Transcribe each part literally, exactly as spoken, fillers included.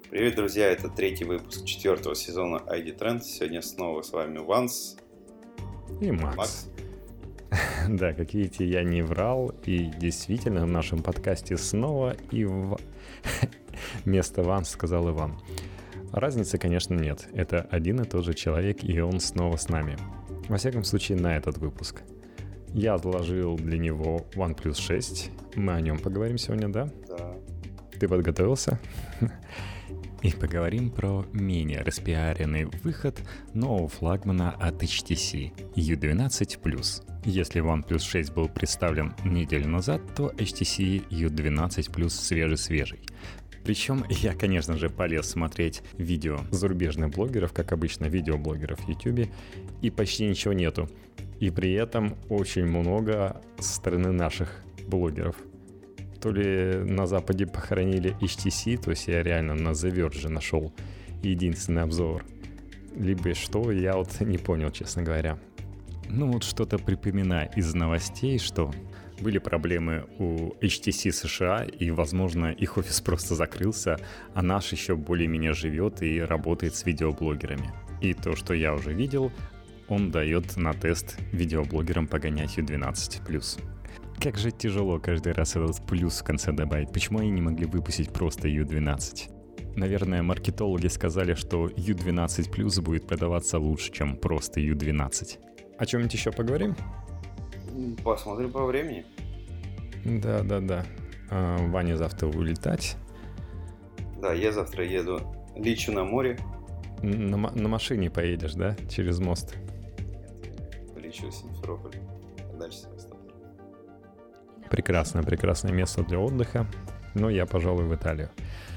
Привет, друзья! Это третий выпуск четвертого сезона ай ди Trend. Сегодня снова с вами Ванс и Макс. Макс. Да, как видите, я не врал, и действительно в нашем подкасте снова и в... вместо Ванс сказал Иван. Разницы, конечно, нет. Это один и тот же человек, и он снова с нами. Во всяком случае, на этот выпуск. Я отложил для него OnePlus шесть. Мы о нем поговорим сегодня, да? Да. Ты подготовился? И поговорим про менее распиаренный выход нового флагмана от эйч ти си ю двенадцать плюс. Если OnePlus шесть был представлен неделю назад, то эйч ти си ю двенадцать плюс свежий-свежий. Причем я, конечно же, полез смотреть видео зарубежных блогеров, как обычно, видеоблогеров в YouTube, и почти ничего нету. И при этом очень много со стороны наших блогеров. То ли на Западе похоронили эйч ти си, то есть я реально на The Verge нашел единственный обзор. Либо что, я вот не понял, честно говоря. Ну вот что-то припоминаю из новостей, что были проблемы у эйч ти си США, и, возможно, их офис просто закрылся, а наш еще более-менее живет и работает с видеоблогерами. И то, что я уже видел, он дает на тест видеоблогерам погонять ю двенадцать плюс. Как же тяжело каждый раз этот плюс в конце добавить. Почему они не могли выпустить просто ю двенадцать? Наверное, маркетологи сказали, что ю двенадцать плюс будет продаваться лучше, чем просто ю двенадцать. О чем-нибудь еще поговорим? Посмотрим по времени. Да-да-да. А, Ваня завтра улетать. Да, я завтра еду. Лечу на море. На, на машине поедешь, да? Через мост? Нет, полечу в Симферополь. А дальше Севастополь. Прекрасное, прекрасное место для отдыха. Но я, пожалуй, в Италию.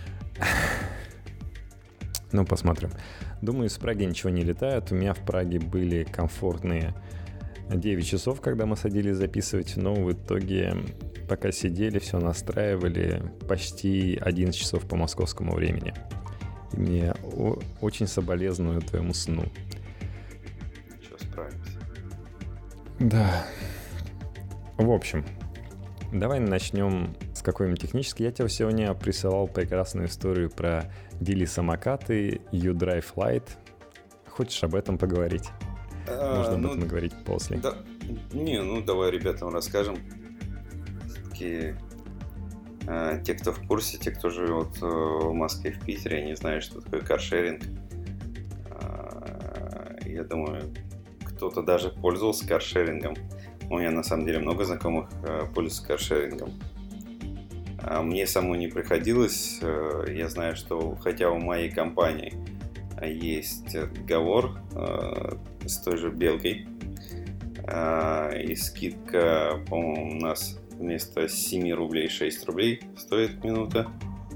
Ну, посмотрим. Думаю, из Праги ничего не летает. У меня в Праге были комфортные девять часов, когда мы садились записывать. Но в итоге, пока сидели, все настраивали, почти одиннадцать часов по московскому времени. И мне о- очень соболезную твоему сну. Ничего, справимся. Да. В общем, давай начнем с какой-нибудь технической. Я тебе сегодня присылал прекрасную историю про Geely-самокаты U-Drive Lite. Хочешь об этом поговорить? А, Можно об ну, этом говорить после. Да, не, ну давай ребятам расскажем. Все-таки а, те, кто в курсе, те, кто живет в Москве, в Питере, они знают, что такое каршеринг. А, я думаю, кто-то даже пользовался каршерингом. У меня на самом деле много знакомых э, пользуются каршерингом. А мне самому не приходилось. Э, я знаю, что хотя у моей компании есть договор э, с той же Белгой, э, и скидка, по-моему, у нас вместо семь рублей шесть рублей стоит минута.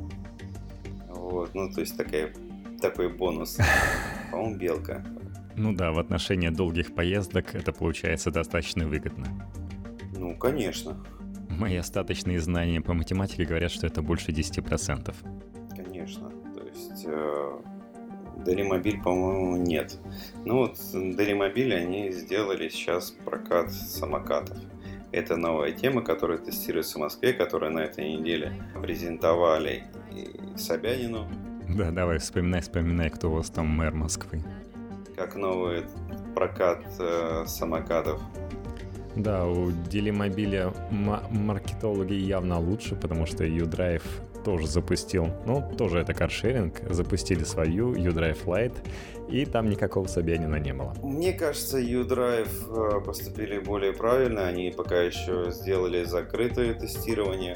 Вот, ну, то есть такая, такой бонус. По-моему, Белка. Ну да, в отношении долгих поездок это получается достаточно выгодно. Ну, конечно. Мои остаточные знания по математике говорят, что это больше десять процентов. Конечно. То есть э, Делимобиль, по-моему, нет. Ну вот Делимобиль, они сделали сейчас прокат самокатов. Это новая тема, которая тестируется в Москве, которую на этой неделе презентовали и Собянину. Да, давай, вспоминай, вспоминай, кто у вас там мэр Москвы. Как новый прокат э, самокатов. Да, у Делимобиля м- маркетологи явно лучше, потому что U-Drive тоже запустил, ну, тоже это каршеринг, запустили свою U-Drive Lite, и там никакого Собянина не было. Мне кажется, U-Drive э, поступили более правильно, они пока еще сделали закрытое тестирование,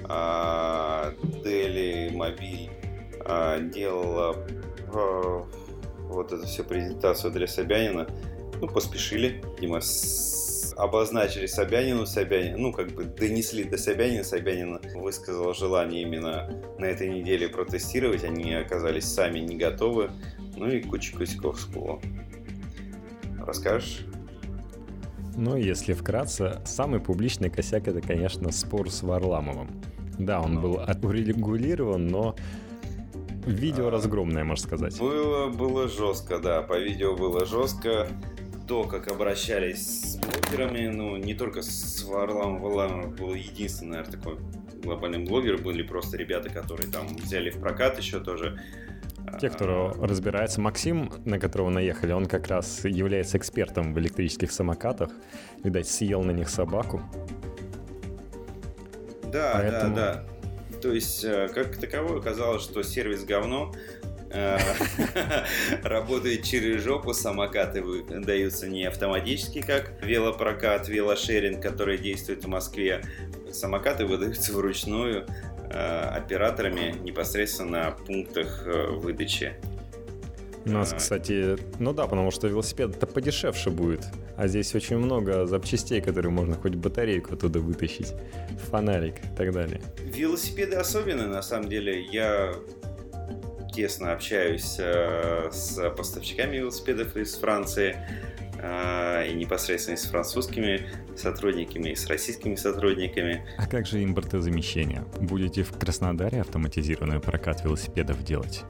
а Делимобиль э, делала э, вот эту всю презентацию для Собянина, ну, поспешили, видимо, с... обозначили Собянину, Собянин, ну, как бы донесли до Собянина, Собянин высказал желание именно на этой неделе протестировать, они оказались сами не готовы, ну и куча косяков всплыло. Расскажешь? Ну, если вкратце, самый публичный косяк — это, конечно, спор с Варламовым. Да, он был урегулирован, но видео разгромное, можно сказать. Было, было жестко, да, по видео было жестко. То, как обращались с блогерами, ну, не только с Варламовым, Варламов был единственный, наверное, такой глобальные блогеры, были просто ребята, которые там взяли в прокат еще тоже. Те, кто разбирается. Максим, на которого наехали, он как раз является экспертом в электрических самокатах. Видать, съел на них собаку. Да, Поэтому... да, да. То есть, как таковое, оказалось, что сервис говно. Работает через жопу, самокаты выдаются не автоматически, как велопрокат, велошеринг, который действует в Москве. Самокаты выдаются вручную операторами непосредственно на пунктах выдачи. У нас, кстати, ну да, потому что велосипед-то подешевше будет, а здесь очень много запчастей, которые можно хоть батарейку оттуда вытащить, фонарик и так далее. Велосипеды особенные, на самом деле. Я тесно общаюсь э, с поставщиками велосипедов из Франции э, и непосредственно с французскими сотрудниками, и с российскими сотрудниками. А как же импортозамещение? Будете в Краснодаре автоматизированный прокат велосипедов делать?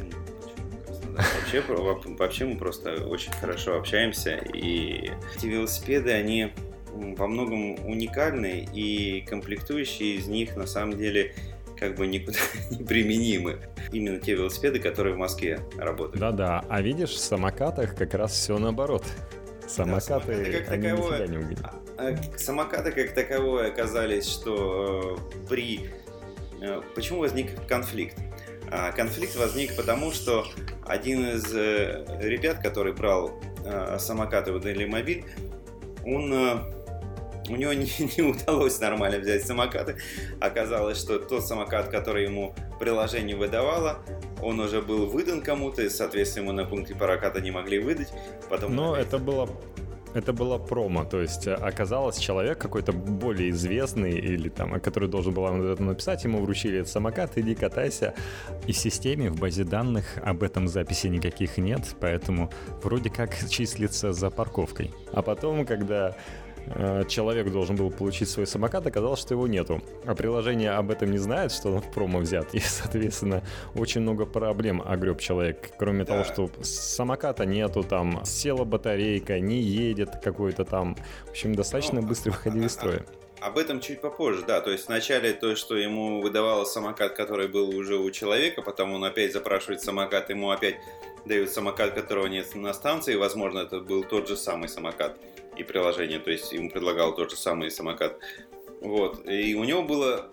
Вообще, вообще мы просто очень хорошо общаемся, и эти велосипеды, они во многом уникальны, и комплектующие из них на самом деле как бы никуда не применимы. Именно те велосипеды, которые в Москве работают. Да-да, а видишь, в самокатах как раз все наоборот. Самокаты, да, самокаты они таковое, нифига не угодят. Самокаты как таковое оказались, что э, при... Э, почему возник конфликт? А, конфликт возник потому, что один из э, ребят, который брал э, самокаты у Делимобиль, он... Э, У него не, не удалось нормально взять самокаты. Оказалось, что тот самокат, который ему приложение выдавало, он уже был выдан кому-то, и, соответственно, ему на пункте проката не могли выдать. Потом Но это было, это было промо, то есть оказалось, человек какой-то более известный, или там, который должен был это написать, ему вручили этот самокат, иди катайся. И в системе, в базе данных об этом записи никаких нет, поэтому вроде как числится за парковкой. А потом, когда человек должен был получить свой самокат, оказалось, что его нету. А приложение об этом не знает, что он в промо взят. И, соответственно, очень много проблем огреб человек. Кроме да. того, что самоката нету, там села батарейка, не едет какой-то там. В общем, достаточно ну, быстро выходили из строя. Об этом чуть попозже, да. То есть вначале то, что ему выдавало самокат, который был уже у человека, потом он опять запрашивает самокат, ему опять дают самокат, которого нет на станции. Возможно, это был тот же самый самокат и приложение, то есть ему предлагал тот же самый самокат. Вот. И у него было...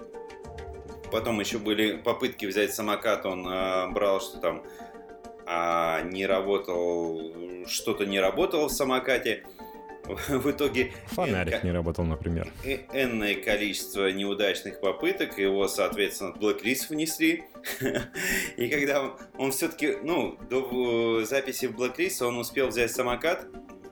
Потом еще были попытки взять самокат, он а, брал, что там а, не работал, что-то не работало в самокате. В итоге... Фонарик н... не работал, например. Энное количество неудачных попыток, его, соответственно, в блэк-лист внесли. И когда он все-таки, ну, до записи в блэк-лист он успел взять самокат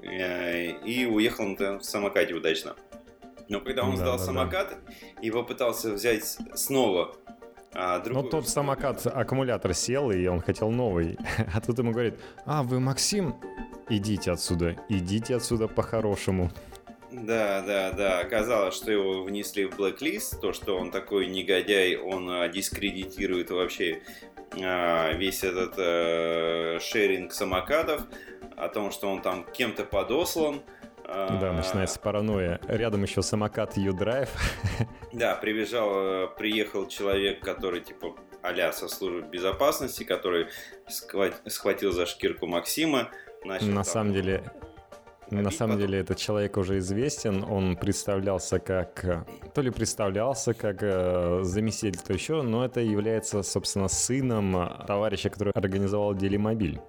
и уехал на самокате удачно. Но когда он да, сдал да, самокат да. и попытался взять снова... А, другой... Но тот самокат, аккумулятор сел, и он хотел новый. А тут ему говорит: а, вы Максим? Идите отсюда, идите отсюда по-хорошему. Да, да, да. Оказалось, что его внесли в блэк-лист. То, что он такой негодяй, он а, дискредитирует вообще а, весь этот а, шеринг самокатов. О том, что он там кем-то подослан. Да, начинается паранойя. Рядом еще самокат U-Drive. Да, прибежал, приехал человек, который типа а-ля со службы безопасности, который схватил за шкирку Максима. Начал, на там, самом деле, на самом потом... деле этот человек уже известен. Он представлялся как... То ли представлялся как э, заместитель, то еще, но это является, собственно, сыном товарища, который организовал Делимобиль.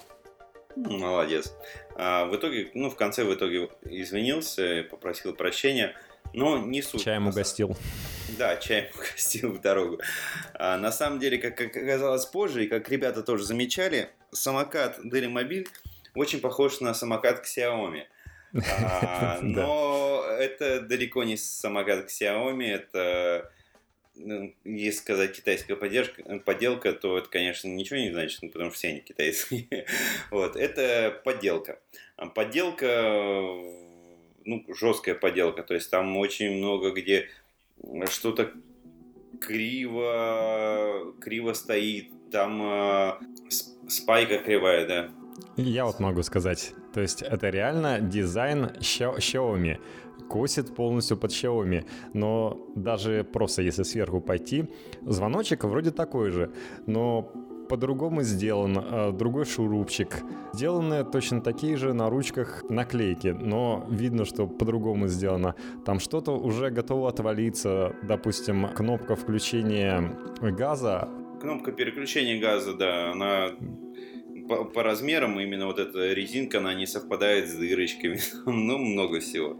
Молодец. А в итоге, ну, в конце в итоге извинился, попросил прощения, но не суть. Чаем угостил. Да, чаем угостил в дорогу. А на самом деле, как оказалось позже, и как ребята тоже замечали, самокат Делимобиль очень похож на самокат Xiaomi. А, но это далеко не самокат Xiaomi, это... Ну, если сказать китайская поддержка, подделка, то это, конечно, ничего не значит, потому что все они китайские. Вот, это подделка. Подделка, ну, жесткая подделка, то есть там очень много где что-то криво, криво стоит, там э, спайка кривая, да. Я вот могу сказать, то есть это реально дизайн Xiaomi, косит полностью под Xiaomi, но даже просто если сверху пойти, звоночек вроде такой же, но по-другому сделан, другой шурупчик. Сделаны точно такие же на ручках наклейки, но видно, что по-другому сделано. Там что-то уже готово отвалиться, допустим, кнопка включения газа. Кнопка переключения газа, да, она по, по размерам, именно вот эта резинка, она не совпадает с дырочками, ну, много всего.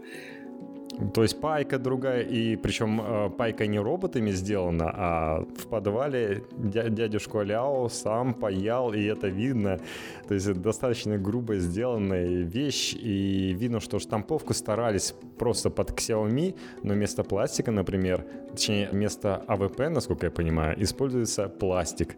То есть пайка другая, и причем э, пайка не роботами сделана, а в подвале дя- дядюшку Ляо сам паял, и это видно. То есть это достаточно грубо сделанная вещь, и видно, что штамповку старались просто под Xiaomi, но вместо пластика, например, точнее вместо эй ви пи, насколько я понимаю, используется пластик.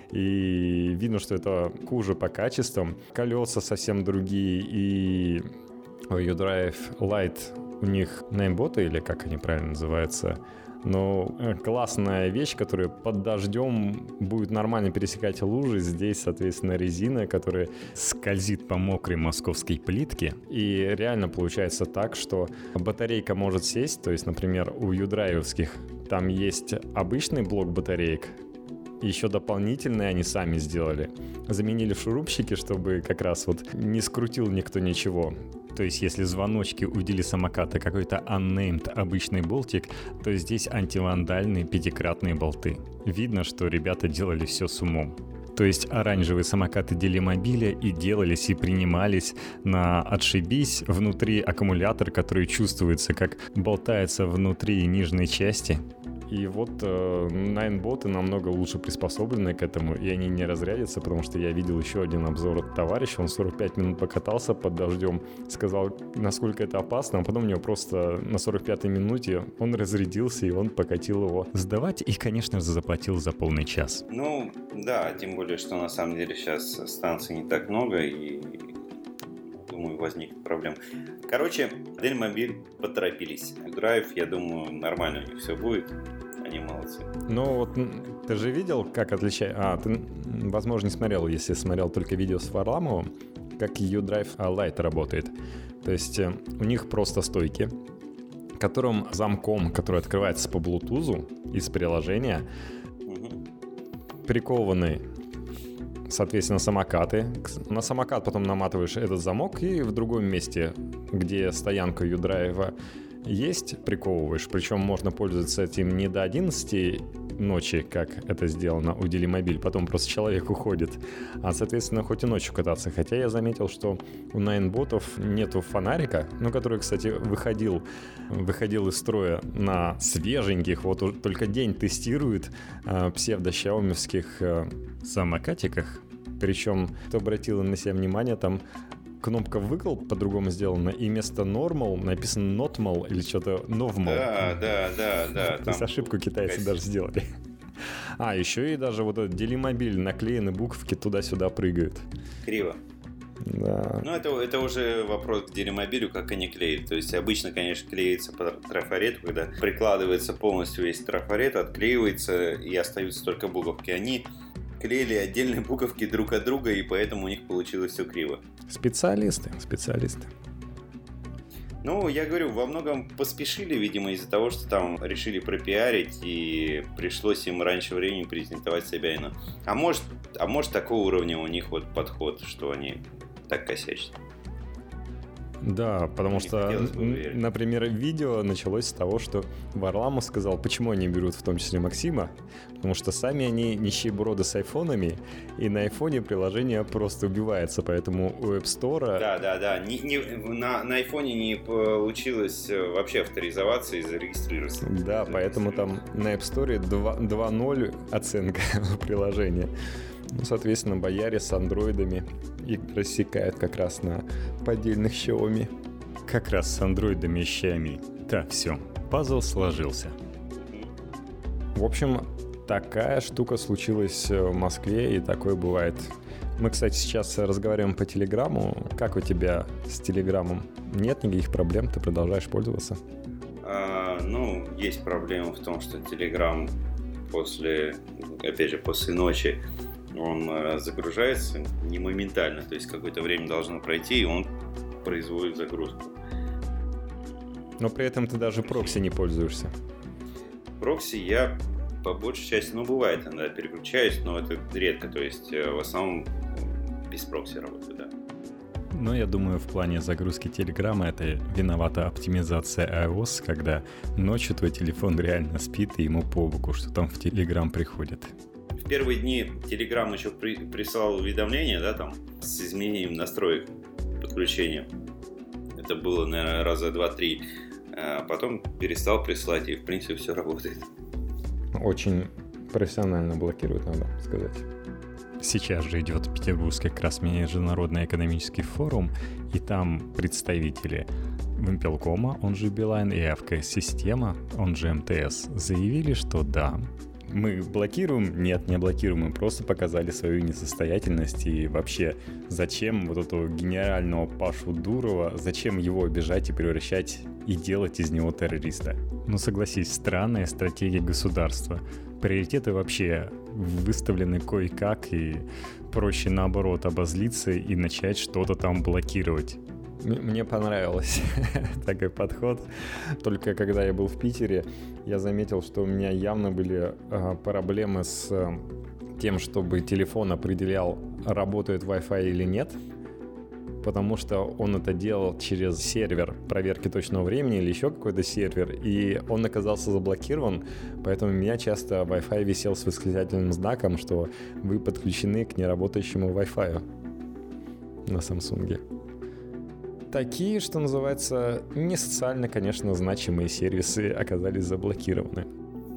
И видно, что это хуже по качествам. Колеса совсем другие, и U-Drive Lite у них неймботы, или как они правильно называются, но классная вещь, которая под дождем будет нормально пересекать лужи. Здесь, соответственно, резина, которая скользит по мокрой московской плитке. И реально получается так, что батарейка может сесть. То есть, например, у U-Drive-овских там есть обычный блок батареек, еще дополнительные они сами сделали. Заменили шурупчики, чтобы как раз вот не скрутил никто ничего. То есть, если звоночки у дили-самоката какой-то unnamed обычный болтик, то здесь антивандальные пятикратные болты. Видно, что ребята делали все с умом. То есть оранжевые самокаты Делимобиля и делались, и принимались на отшибись. Внутри аккумулятор, который чувствуется, как болтается внутри нижней части. И вот э, Ninebot намного лучше приспособлены к этому, и они не разрядятся, потому что я видел еще один обзор от товарища, он сорок пять минут покатался под дождем, сказал, насколько это опасно, а потом у него просто на сорок пятой минуте он разрядился, и он покатил его сдавать, и, конечно же, заплатил за полный час. Ну, да, тем более, что на самом деле сейчас станций не так много, и думаю, возникнет проблема. Короче, Делимобиль поторопились. Драйв, я думаю, нормально у них все будет. Они молодцы. Ну вот ты же видел, как отличается... А, ты, возможно, не смотрел, если смотрел только видео с Варламовым, как U-Drive Lite работает. То есть у них просто стойки, которым замком, который открывается по Bluetooth из приложения, угу. прикованы, соответственно, самокаты. На самокат потом наматываешь этот замок, и в другом месте, где стоянка U-Drive есть, приковываешь. Причем можно пользоваться этим не до одиннадцати ночи, как это сделано у Делимобиль. Потом просто человек уходит. А, соответственно, хоть и ночью кататься. Хотя я заметил, что у Ninebot'ов нету фонарика, ну, который, кстати, выходил, выходил из строя на свеженьких. Вот только день тестирует э, псевдо-щаомевских э, самокатиках. Причем, кто обратил на себя внимание, там кнопка «выкл» по-другому сделана, и вместо «normal» написано «notmal» или что-то «novmal». Да, да, да, да. То есть ошибку китайцы даже сделали. А, еще и даже вот этот Делимобиль, наклеены буковки туда-сюда прыгают. Криво. Да. Ну, это, это уже вопрос к Делимобилю, как они клеят. То есть обычно, конечно, клеится по трафарету, когда прикладывается полностью весь трафарет, отклеивается и остаются только буковки. Они клеили отдельные буковки друг от друга, и поэтому у них получилось все криво. Специалисты, специалисты. Ну, я говорю, во многом поспешили, видимо, из-за того, что там решили пропиарить, и пришлось им раньше времени презентовать себя. Ино. А может, а может, такого уровня у них вот подход, что они так косячат. Да, потому что, например, видео началось с того, что Варламов сказал, почему они берут в том числе Максима, потому что сами они нищеброды с айфонами, и на айфоне приложение просто убивается, поэтому у App Store... Да, да, да, не, не, на, на айфоне не получилось вообще авторизоваться и зарегистрироваться. Да, поэтому там на App Store два ноль оценка приложения. Ну, соответственно, бояре с андроидами и рассекают как раз на поддельных Xiaomi. Как раз с андроидами и Xiaomi. Так, все, пазл сложился. В общем, такая штука случилась в Москве, и такое бывает. Мы, кстати, сейчас разговариваем по Телеграму. Как у тебя с Телеграмом? Нет никаких проблем? Ты продолжаешь пользоваться? А, ну, есть проблема в том, что Телеграм после, опять же, после ночи Он э, загружается не моментально, то есть какое-то время должно пройти, и он производит загрузку. Но при этом ты даже прокси не пользуешься. Прокси я по большей части, ну бывает иногда переключаюсь, но это редко, то есть э, в основном без прокси работаю, да. Но я думаю, в плане загрузки Телеграма это виновата оптимизация iOS, когда ночью твой телефон реально спит и ему по боку, что там в Телеграм приходит. В первые дни Telegram еще при, присылал уведомления, да, там, с изменением настроек подключения. Это было, наверное, раза два-три. А потом перестал присылать, и, в принципе, все работает. Очень профессионально блокирует, надо сказать. Сейчас же идет Петербургский как раз международный экономический форум, и там представители Вимпелкома, он же Билайн, и АФК-система, он же МТС, заявили, что да, мы блокируем? Нет, не блокируем, мы просто показали свою несостоятельность, и вообще, зачем вот этого генерального Пашу Дурова, зачем его обижать и превращать и делать из него террориста? Ну согласись, странная стратегия государства. Приоритеты вообще выставлены кое-как, и проще наоборот обозлиться и начать что-то там блокировать. Мне понравилось такой подход. Только когда я был в Питере, я заметил, что у меня явно были э, проблемы с э, тем, чтобы телефон определял, работает Wi-Fi или нет. Потому что он это делал через сервер проверки точного времени или еще какой-то сервер, и он оказался заблокирован, поэтому у меня часто Wi-Fi висел с восклицательным знаком, что вы подключены к неработающему Wi-Fi на Samsung. Такие, что называется, не социально, конечно, значимые сервисы оказались заблокированы.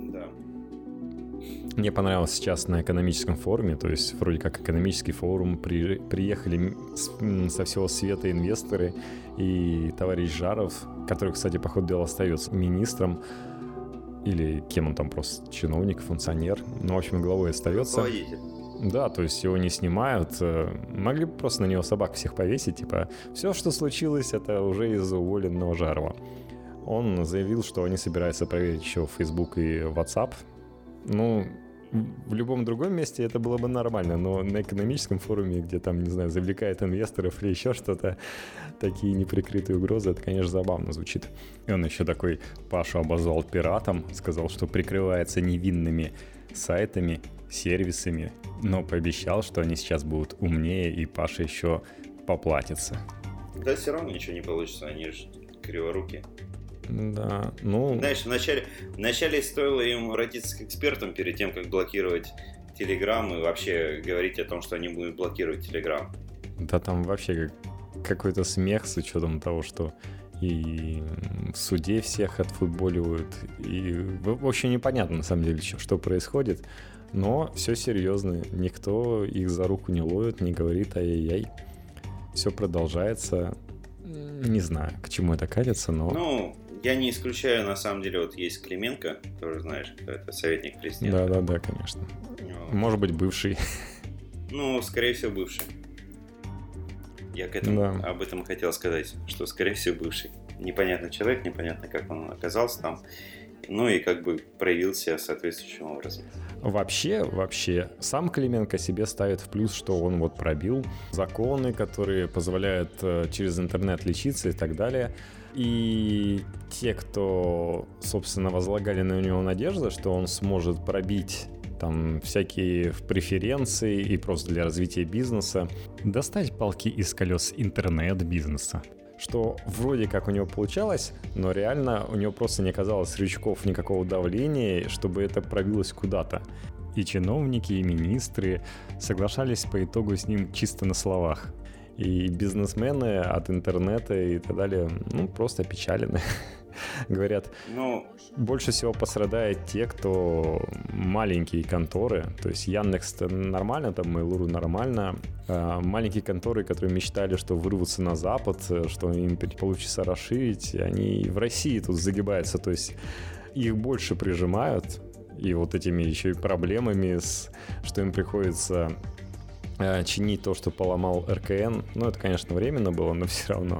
Мне понравилось сейчас на экономическом форуме, то есть вроде как экономический форум, при, приехали с, со всего света инвесторы, и товарищ Жаров, который, кстати, по ходу дела остается министром, или кем он там, просто чиновник, функционер, ну, в общем, главой остается. Руководитель. Да, то есть его не снимают, могли бы просто на него собак всех повесить, типа, все, что случилось, это уже из-за уволенного Жарова. Он заявил, что они собираются проверить еще Facebook и WhatsApp. Ну, в любом другом месте это было бы нормально, но на экономическом форуме, где там, не знаю, завлекает инвесторов или еще что-то, такие неприкрытые угрозы, это, конечно, забавно звучит. И он еще такой Пашу обозвал пиратом, сказал, что прикрывается невинными сайтами, сервисами, но пообещал, что они сейчас будут умнее, и Паша еще поплатится. Да все равно ничего не получится, они же криворуки. Да, ну... Знаешь, вначале, вначале стоило им обратиться к экспертам перед тем, как блокировать Telegram и вообще говорить о том, что они будут блокировать Telegram. Да там вообще какой-то смех с учетом того, что и в суде всех отфутболивают, и вообще непонятно на самом деле, что происходит, но все серьезно, никто их за руку не ловит, не говорит ай-яй-яй, все продолжается, не знаю, к чему это катится, но... Ну... Я не исключаю, на самом деле, вот есть Клименко, тоже знаешь, кто это, советник президента. Да-да-да, конечно. Вот. Может быть, бывший. Ну, скорее всего, бывший. Я к этому, да. об этом хотел сказать, что, скорее всего, бывший. Непонятный человек, непонятно, как он оказался там, ну и как бы проявил себя соответствующим образом. Вообще, вообще, сам Клименко себе ставит в плюс, что он вот пробил законы, которые позволяют через интернет лечиться и так далее. И те, кто, собственно, возлагали на него надежды, что он сможет пробить там всякие преференции и просто для развития бизнеса, достать палки из колес интернет-бизнеса. Что вроде как у него получалось, но реально у него просто не оказалось рычагов никакого давления, чтобы это пробилось куда-то. И чиновники, и министры соглашались по итогу с ним чисто на словах. И бизнесмены от интернета и так далее, ну, просто опечалены. Говорят, ну, больше всего пострадают те, кто маленькие конторы. То есть Яндекс нормально, там Mail.ru нормально. А маленькие конторы, которые мечтали, что вырвутся на Запад, что им получится расширить, они в России тут загибаются. То есть их больше прижимают. И вот этими еще и проблемами, с, что им приходится чинить то, что поломал эр ка эн. Ну, это, конечно, временно было, но все равно.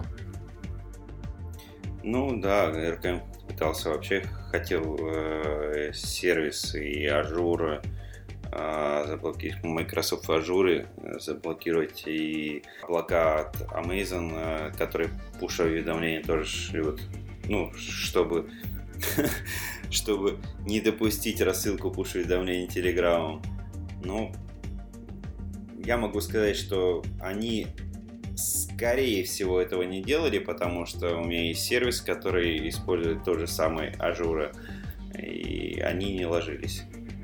Ну, да, эр ка эн пытался вообще, хотел э, сервисы и ажура заблокировать Microsoft Azure, заблокировать и облака от Amazon, которые пуш-уведомления тоже шлют, ну, чтобы, чтобы не допустить рассылку пуш-уведомлений Telegram. Ну, я могу сказать, что они, скорее всего, этого не делали, потому что у меня есть сервис, который использует тот же самый Azure, и они не ложились.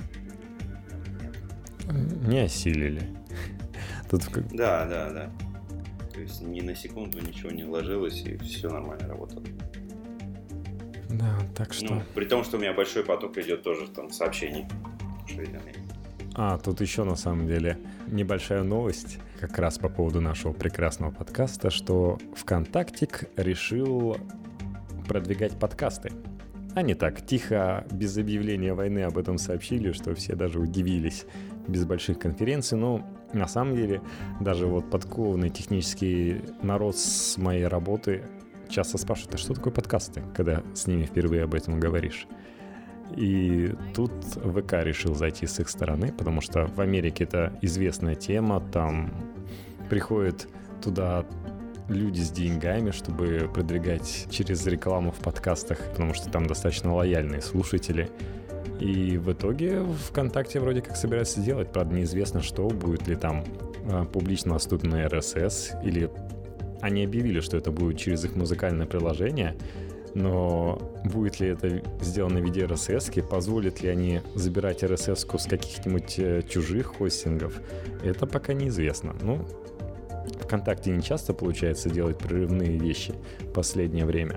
Не осилили. Тут... Да, да, да. То есть ни на секунду ничего не ложилось, и все нормально работало. Да, так что... Ну, при том, что у меня большой поток идет тоже там сообщений. А, тут еще на самом деле небольшая новость, как раз по поводу нашего прекрасного подкаста, что ВКонтактик решил продвигать подкасты. Они так тихо, без объявления войны об этом сообщили, что все даже удивились, без больших конференций. Но на самом деле даже вот подкованный технический народ с моей работы часто спрашивает: а что такое подкасты, когда с ними впервые об этом говоришь? И тут ВК решил зайти с их стороны, потому что в Америке это известная тема, там приходят туда люди с деньгами, чтобы продвигать через рекламу в подкастах, потому что там достаточно лояльные слушатели. И в итоге ВКонтакте вроде как собираются сделать, правда неизвестно что, будет ли там э, публично доступный эр эс эс, или они объявили, что это будет через их музыкальное приложение, но будет ли это сделано в виде эр эс эс, позволят ли они забирать эр эс эс-ку с каких-нибудь э, чужих хостингов, это пока неизвестно. Ну, ВКонтакте не часто получается делать прорывные вещи в последнее время.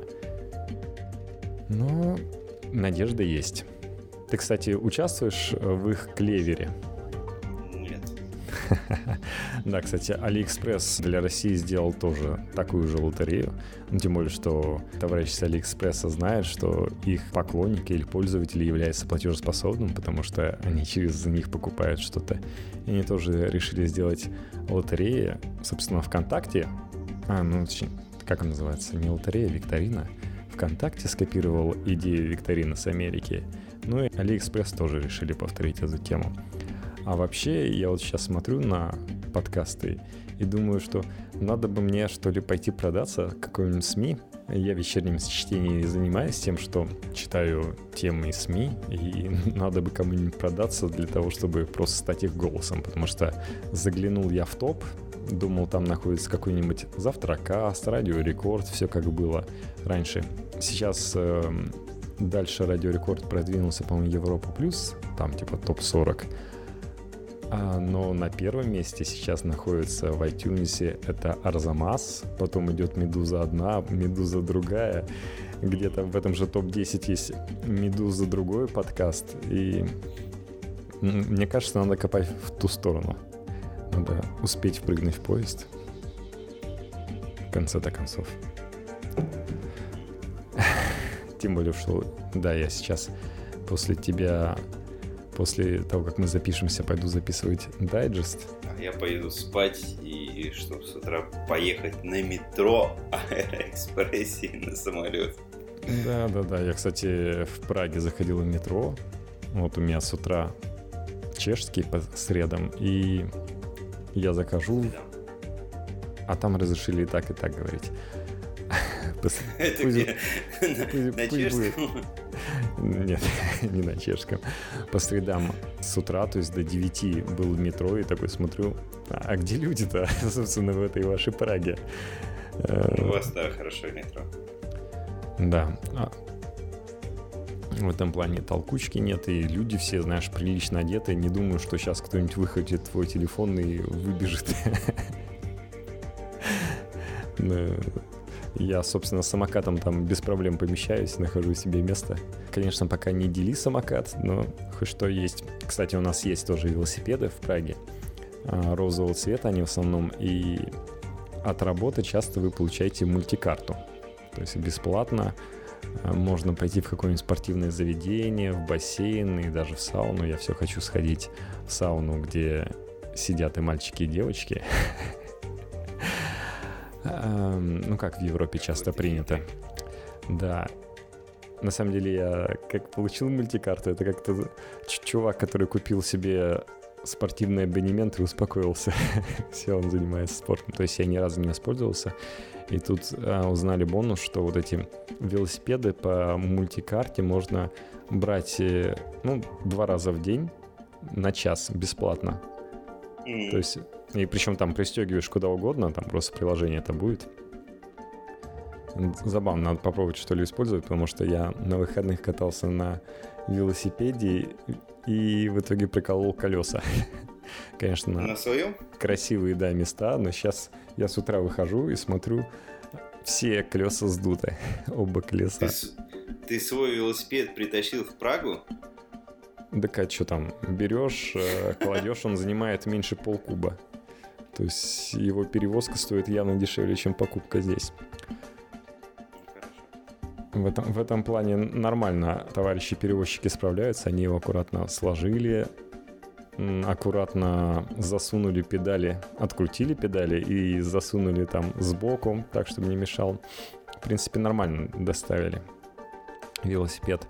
Но надежда есть. Ты, кстати, участвуешь в их клевере? Нет. Да, кстати, AliExpress для России сделал тоже такую же лотерею. Ну, тем более, что товарищ с AliExpress знает, что их поклонники или пользователи являются платежеспособным, потому что они через них покупают что-то. И они тоже решили сделать лотерею, собственно, ВКонтакте. А, ну, как он называется? Не лотерея, викторина. ВКонтакте скопировал идею викторины с Америки. Ну и AliExpress тоже решили повторить эту тему. А вообще, я вот сейчас смотрю на подкасты и думаю, что надо бы мне, что ли, пойти продаться какой-нибудь СМИ. Я в вечернем чтении занимаюсь тем, что читаю темы СМИ, и надо бы кому-нибудь продаться для того, чтобы просто стать их голосом, потому что заглянул я в топ, думал, там находится какой-нибудь Завтракаст, Радио Рекорд, все как было раньше. Сейчас э, дальше Радио Рекорд продвинулся, по-моему, Европа Плюс, там типа топ сорок. А, но на первом месте сейчас находится в iTunes это Арзамас, потом идет Медуза одна, Медуза другая, где-то в этом же топ десять есть Медуза другой подкаст, и мне кажется, надо копать в ту сторону, надо успеть впрыгнуть в поезд в конце-то концов. Тем более, что да, я сейчас после тебя... После того, как мы запишемся, пойду записывать дайджест. Я поеду спать, и чтобы с утра поехать на метро, Аэроэкспрессе и на самолет. Да-да-да, я, кстати, в Праге заходил в метро. Вот у меня с утра чешский по средам, и я захожу, а там разрешили и так, и так говорить. Это где? На чешском? Нет, не на чешском. По средам с утра, то есть до девяти был в метро, и такой смотрю, а где люди-то, собственно, в этой вашей Праге? У вас, да, хорошо метро. Да. В этом плане толкучки нет, и люди все, знаешь, прилично одеты. Не думаю, что сейчас кто-нибудь выхватит твой телефон и выбежит. Я, собственно, с самокатом там без проблем помещаюсь, нахожу себе место. Конечно, пока не дели самокат, но хоть что есть. Кстати, у нас есть тоже велосипеды в Праге. Розового цвета они в основном. И от работы часто вы получаете мультикарту. То есть бесплатно можно пойти в какое-нибудь спортивное заведение, в бассейн и даже в сауну. Я все хочу сходить в сауну, где сидят и мальчики, и девочки. Ну, как в Европе часто принято. Да. на самом деле я как получил мультикарту, это как-то чувак, который купил себе спортивный абонемент и успокоился. Все, он занимается спортом. То есть я ни разу не воспользовался. И тут а, узнали бонус, что вот эти велосипеды по мультикарте можно брать, ну, два раза в день на час бесплатно. Mm. То есть, и причем там пристегиваешь куда угодно, там просто приложение это будет. Забавно, надо попробовать что ли использовать, потому что я на выходных катался на велосипеде и в итоге приколол колеса. Конечно, на своем? Красивые, да, места, но сейчас я с утра выхожу и смотрю, все колеса сдуты, оба колеса. Ты, ты свой велосипед притащил в Прагу? Так а что там, берешь, кладешь, он занимает меньше полкуба. То есть его перевозка стоит явно дешевле, чем покупка здесь. В этом, в этом плане нормально товарищи-перевозчики справляются, они его аккуратно сложили, аккуратно засунули педали, открутили педали и засунули там сбоку, так, чтобы не мешал. В принципе, нормально доставили велосипед.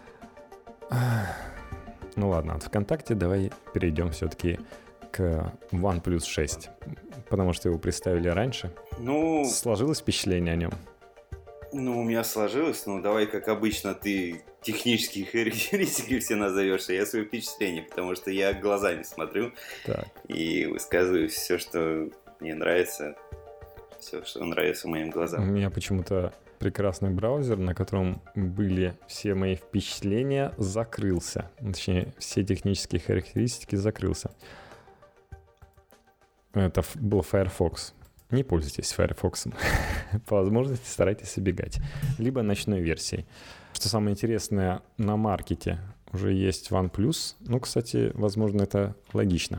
Ну ладно, от ВКонтакте давай перейдем все-таки к OnePlus шесть, потому что его представили раньше. Ну... Сложилось впечатление о нем? Ну, у меня сложилось, ну, давай, как обычно, ты технические характеристики все назовешь, а я свои впечатления, потому что я глазами смотрю так. И высказываю все, что мне нравится, все, что нравится моим глазам. У меня почему-то прекрасный браузер, на котором были все мои впечатления, закрылся. Точнее, все технические характеристики закрылся. Это был Firefox. Не пользуйтесь Firefox. По возможности старайтесь избегать. Либо ночной версией. Что самое интересное, на маркете уже есть OnePlus. Ну, кстати, возможно, это логично.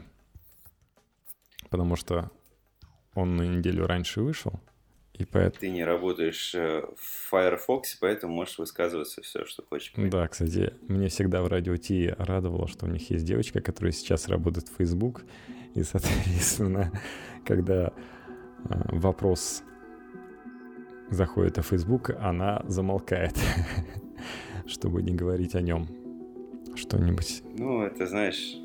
Потому что он на неделю раньше вышел. И поэтому... Ты не работаешь в Firefox, поэтому можешь высказываться все, что хочешь. Да, кстати, мне всегда в Радио Ти радовало, что у них есть девочка, которая сейчас работает в Facebook. И, соответственно, когда вопрос заходит в Facebook, она замолкает, чтобы не говорить о нем что-нибудь. Ну, это, знаешь,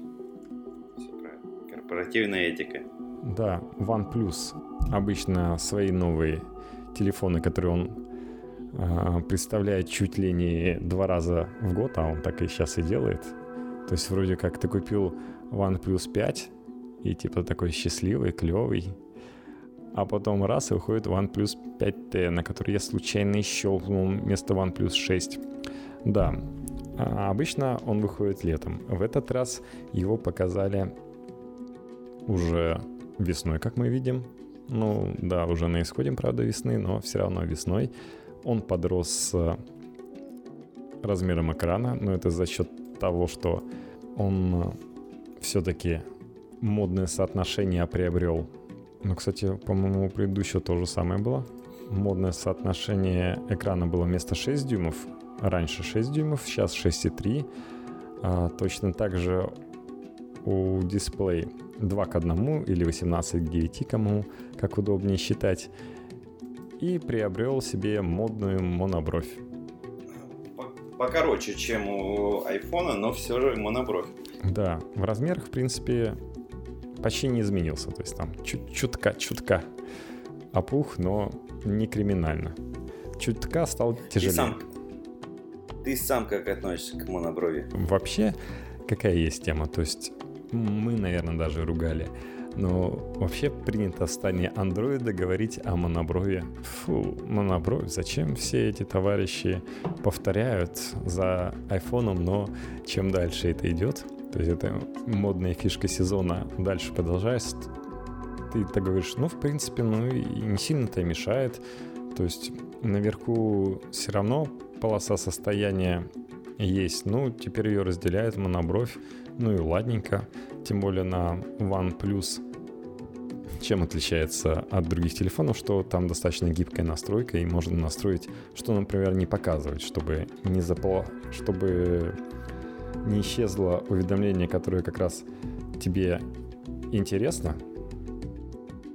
корпоративная этика. Да, OnePlus обычно свои новые телефоны, которые он э, представляет чуть ли не два раза в год, а он так и сейчас и делает. То есть вроде как ты купил OnePlus пять и типа такой счастливый, клевый, а потом раз и выходит OnePlus пять ти, на который я случайно щелкнул вместо OnePlus шесть. Да, а обычно он выходит летом. В этот раз его показали уже весной, как мы видим. Ну, да, уже на исходе, правда, весны, но все равно весной. Он подрос с размером экрана, но это за счет того, что он все-таки модное соотношение приобрел. Ну, кстати, по-моему, у предыдущего то же самое было. Модное соотношение экрана было вместо шесть дюймов. Раньше шесть дюймов, сейчас шесть и три. А, точно так же у дисплея два к одному или восемнадцать к девяти, кому как удобнее считать. И приобрел себе модную монобровь. Покороче, чем у айфона, но все же монобровь. Да, в размерах, в принципе, почти не изменился. То есть там чуть, чутка, чутка опух, но не криминально. Чутка стал тяжелее. Ты сам, ты сам как относишься к моноброви? Вообще, какая есть тема? То есть мы, наверное, даже ругали. Но вообще принято в стане андроида говорить о моноброви. Фу, монобровь. Зачем все эти товарищи повторяют за айфоном, но чем дальше это идет, то есть это модная фишка сезона, дальше продолжается, ты так говоришь, ну, в принципе, ну, и не сильно-то мешает. То есть наверху все равно полоса состояния есть. Ну, теперь ее разделяет монобровь. Ну и ладненько. Тем более на OnePlus. Чем отличается от других телефонов, что там достаточно гибкая настройка, и можно настроить, что, например, не показывать, чтобы не запало, чтобы не исчезло уведомление, которое как раз тебе интересно.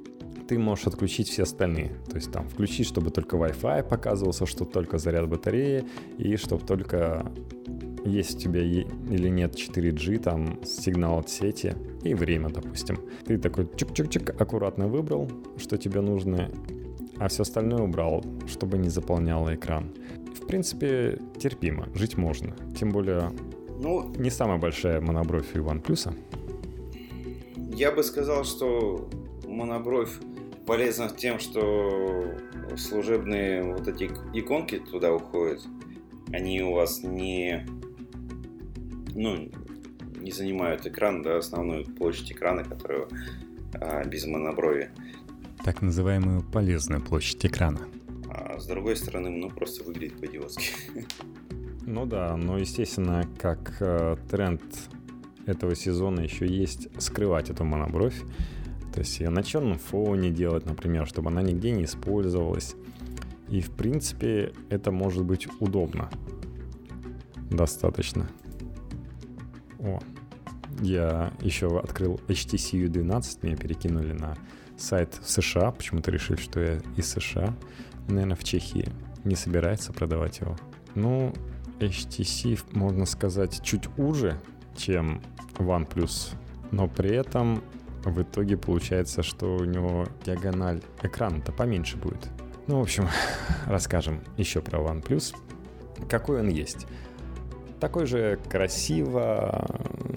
ты можешь отключить все остальные. То есть там включить, чтобы только Wi-Fi показывался, чтобы только заряд батареи, и чтобы только есть у тебя или нет четыре джи, там сигнал от сети и время, допустим. Ты такой чик-чик-чик аккуратно выбрал, что тебе нужно, а все остальное убрал, чтобы не заполняло экран. В принципе, терпимо, жить можно. Тем более, ну, не самая большая монобровь у OnePlus. Я бы сказал, что монобровь полезна тем, что служебные вот эти иконки туда уходят. Они у вас не, ну, не занимают экран, да, основную площадь экрана, которая а, без моноброви. Так называемую полезную площадь экрана. А с другой стороны, ну, просто выглядит по-идиотски. Ну да, но, естественно, как э, тренд этого сезона еще есть скрывать эту монобровь. То есть ее на черном фоне делать, например, чтобы она нигде не использовалась. И, в принципе, это может быть удобно. Достаточно. О, я еще открыл эйч ти си ю двенадцать, меня перекинули на сайт в США. Почему-то решили, что я из США. Наверное, в Чехии не собирается продавать его. Ну, эйч ти си, можно сказать, чуть уже, чем OnePlus, но при этом в итоге получается, что у него диагональ экрана-то поменьше будет. Ну, в общем, расскажем еще про OnePlus. Какой он есть. Такой же красиво,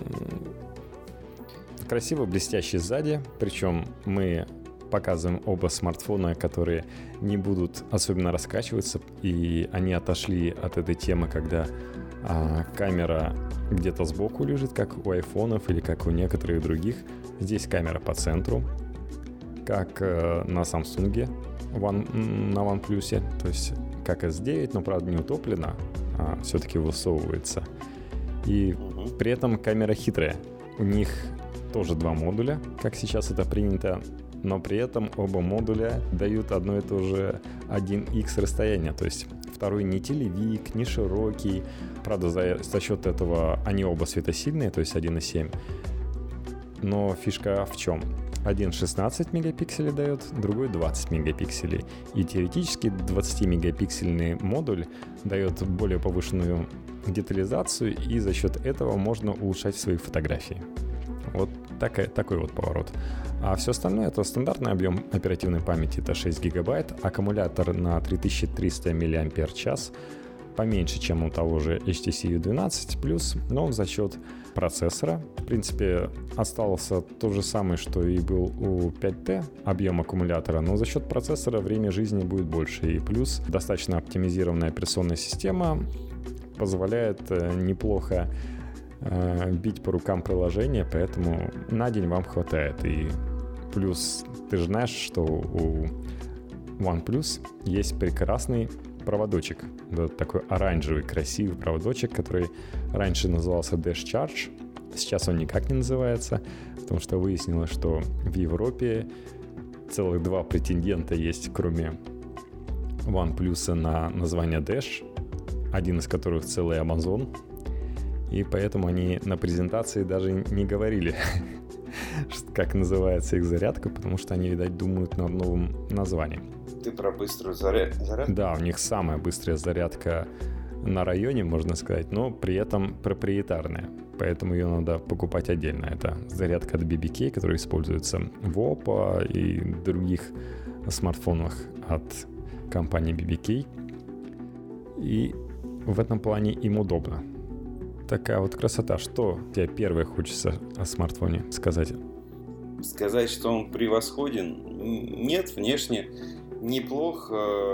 красиво блестящий сзади, причем мы показываем оба смартфона, которые не будут особенно раскачиваться, и они отошли от этой темы, когда а, камера где-то сбоку лежит, как у айфонов или как у некоторых других. Здесь камера по центру, как э, на Samsung, One, на OnePlus, то есть как эс девять, но, правда, не утоплена, а все-таки высовывается. И при этом камера хитрая. У них тоже два модуля, как сейчас это принято, но при этом оба модуля дают одно и то же один икс расстояние, то есть второй не телевик, не широкий. Правда, за, за счет этого они оба светосильные, то есть один и семь. Но фишка в чем? Один шестнадцать мегапикселей дает, другой двадцать мегапикселей. И теоретически двадцатимегапиксельный модуль дает более повышенную детализацию, и за счет этого можно улучшать свои фотографии. Вот такая, такой вот поворот. А все остальное — это стандартный объем оперативной памяти, это шесть гигабайт, аккумулятор на три тысячи триста мАч, поменьше, чем у того же эйч ти си ю двенадцать плюс, но за счет процессора, в принципе, остался то же самое, что и был у пять тэ, объем аккумулятора, но за счет процессора время жизни будет больше, и плюс достаточно оптимизированная операционная система позволяет неплохо э, бить по рукам приложения, поэтому на день вам хватает. И плюс ты же знаешь, что у OnePlus есть прекрасный проводочек. Да, такой оранжевый, красивый проводочек, который раньше назывался Dash Charge. Сейчас он никак не называется, потому что выяснилось, что в Европе целых два претендента есть, кроме OnePlus, на название Dash, один из которых целый Amazon. И поэтому они на презентации даже не говорили, как называется их зарядка, потому что они, видать, думают над новым названием. Ты про быструю заря... зарядку? Да, у них самая быстрая зарядка на районе, можно сказать, но при этом проприетарная. Поэтому ее надо покупать отдельно. Это зарядка от би би кей, которая используется в Oppo и других смартфонах от компании би би кей. И в этом плане им удобно. Такая вот красота. Что тебе первое хочется о смартфоне сказать? Сказать, что он превосходен? Нет, внешне неплох,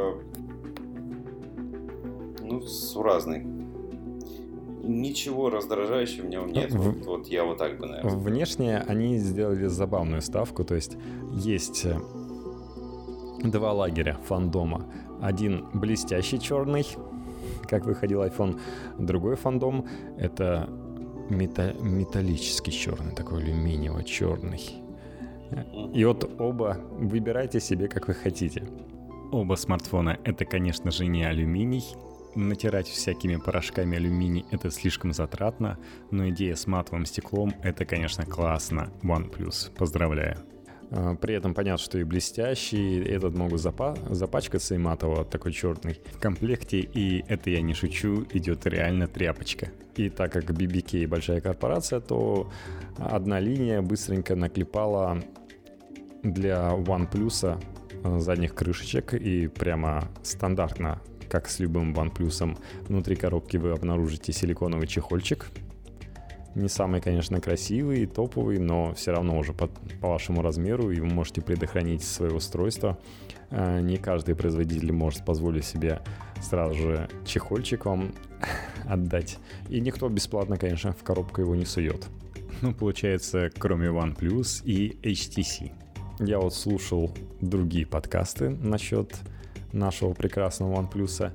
ну, суразный. Ничего раздражающего в нем нет. В... Вот, вот я вот так бы, наверное. Внешне они сделали забавную ставку. То есть есть два лагеря фандома. Один блестящий черный, как выходил iPhone. Другой фандом — это мета... металлический черный, такой алюминиево-черный. И вот оба выбирайте себе, как вы хотите. Оба смартфона — это, конечно же, не алюминий. Натирать всякими порошками алюминий — это слишком затратно, но идея с матовым стеклом — это, конечно, классно. OnePlus, поздравляю. При этом понятно, что и блестящий, этот могут запа- запачкаться и матово, такой черный. В комплекте, и это я не шучу, идет реально тряпочка. И так как би би кей большая корпорация, то одна линия быстренько наклепала для OnePlus задних крышечек, и прямо стандартно, как с любым OnePlus, внутри коробки вы обнаружите силиконовый чехольчик. Не самый, конечно, красивый и топовый, но все равно уже по, по вашему размеру, и вы можете предохранить свое устройство. Не каждый производитель может позволить себе сразу же чехольчик вам отдать. И никто бесплатно, конечно, в коробку его не сует. Ну, получается, кроме OnePlus и эйч ти си. Я вот слушал другие подкасты насчет нашего прекрасного OnePlus,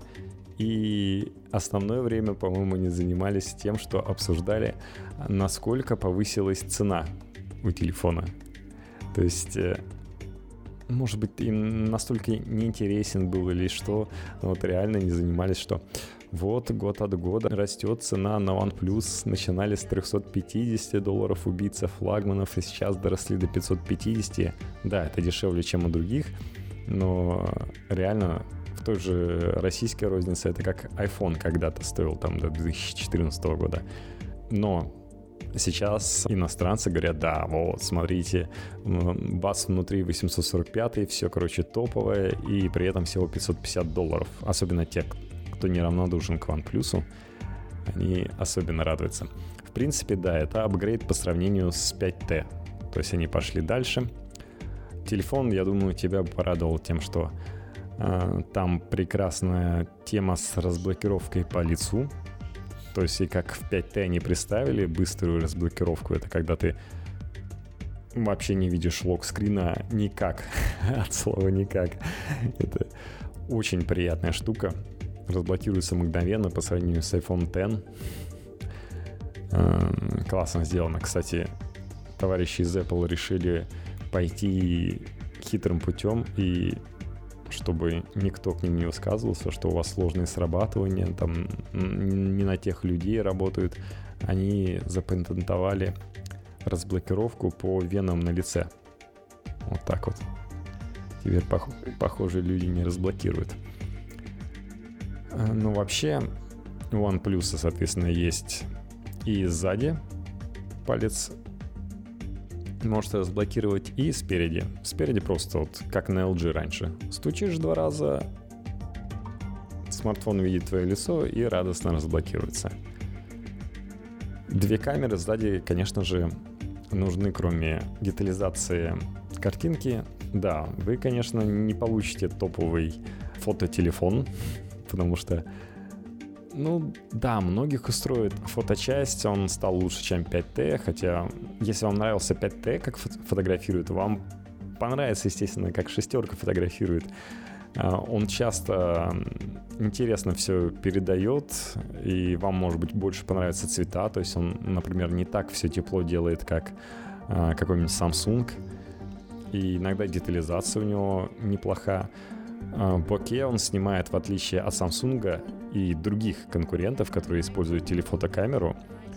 и основное время, по-моему, они занимались тем, что обсуждали, насколько повысилась цена у телефона. То есть, может быть, им настолько неинтересен был или что, но вот реально они занимались, что вот год от года растет цена на OnePlus. Начинали с триста пятьдесят долларов убийца флагманов, и сейчас доросли до пятьсот пятьдесят. Да, это дешевле, чем у других, но реально в той же российской рознице это как iPhone когда-то стоил там до две тысячи четырнадцатого года. Но сейчас иностранцы говорят, да, вот, смотрите, бас внутри восемьсот сорок пять, все, короче, топовое, и при этом всего пятьсот пятьдесят долларов. Особенно те, кто неравнодушен к OnePlus, они особенно радуются. В принципе, да, это апгрейд по сравнению с пять тэ. То есть они пошли дальше. Телефон, я думаю, тебя порадовал тем, что э, там прекрасная тема с разблокировкой по лицу. То есть и как в пять тэ они представили быструю разблокировку, это когда ты вообще не видишь локскрина никак, от слова никак. Это очень приятная штука. Разблокируется мгновенно по сравнению с айфон икс. Э, классно сделано. Кстати, товарищи из Apple решили пойти хитрым путем, и чтобы никто к ним не высказывался, что у вас сложные срабатывания, там не на тех людей работают, они запатентовали разблокировку по венам на лице. Вот так вот. Теперь, пох- похоже, люди не разблокируют. Ну, вообще, у OnePlus, соответственно, есть и сзади палец может разблокировать, и спереди. Спереди просто вот как на эл джи раньше. Стучишь два раза, смартфон видит твое лицо и радостно разблокируется. Две камеры сзади, конечно же, нужны, кроме детализации картинки. Да, вы, конечно, не получите топовый фототелефон, потому что, ну да, многих устроит фоточасть, он стал лучше, чем пять тэ, хотя если вам нравился пять тэ, как фотографирует, вам понравится, естественно, как шестерка фотографирует. Он часто интересно все передает, и вам, может быть, больше понравятся цвета, то есть он, например, не так все тепло делает, как какой-нибудь Samsung, и иногда детализация у него неплоха. Боке он снимает, в отличие от Samsung и других конкурентов, которые используют телефотокамеру,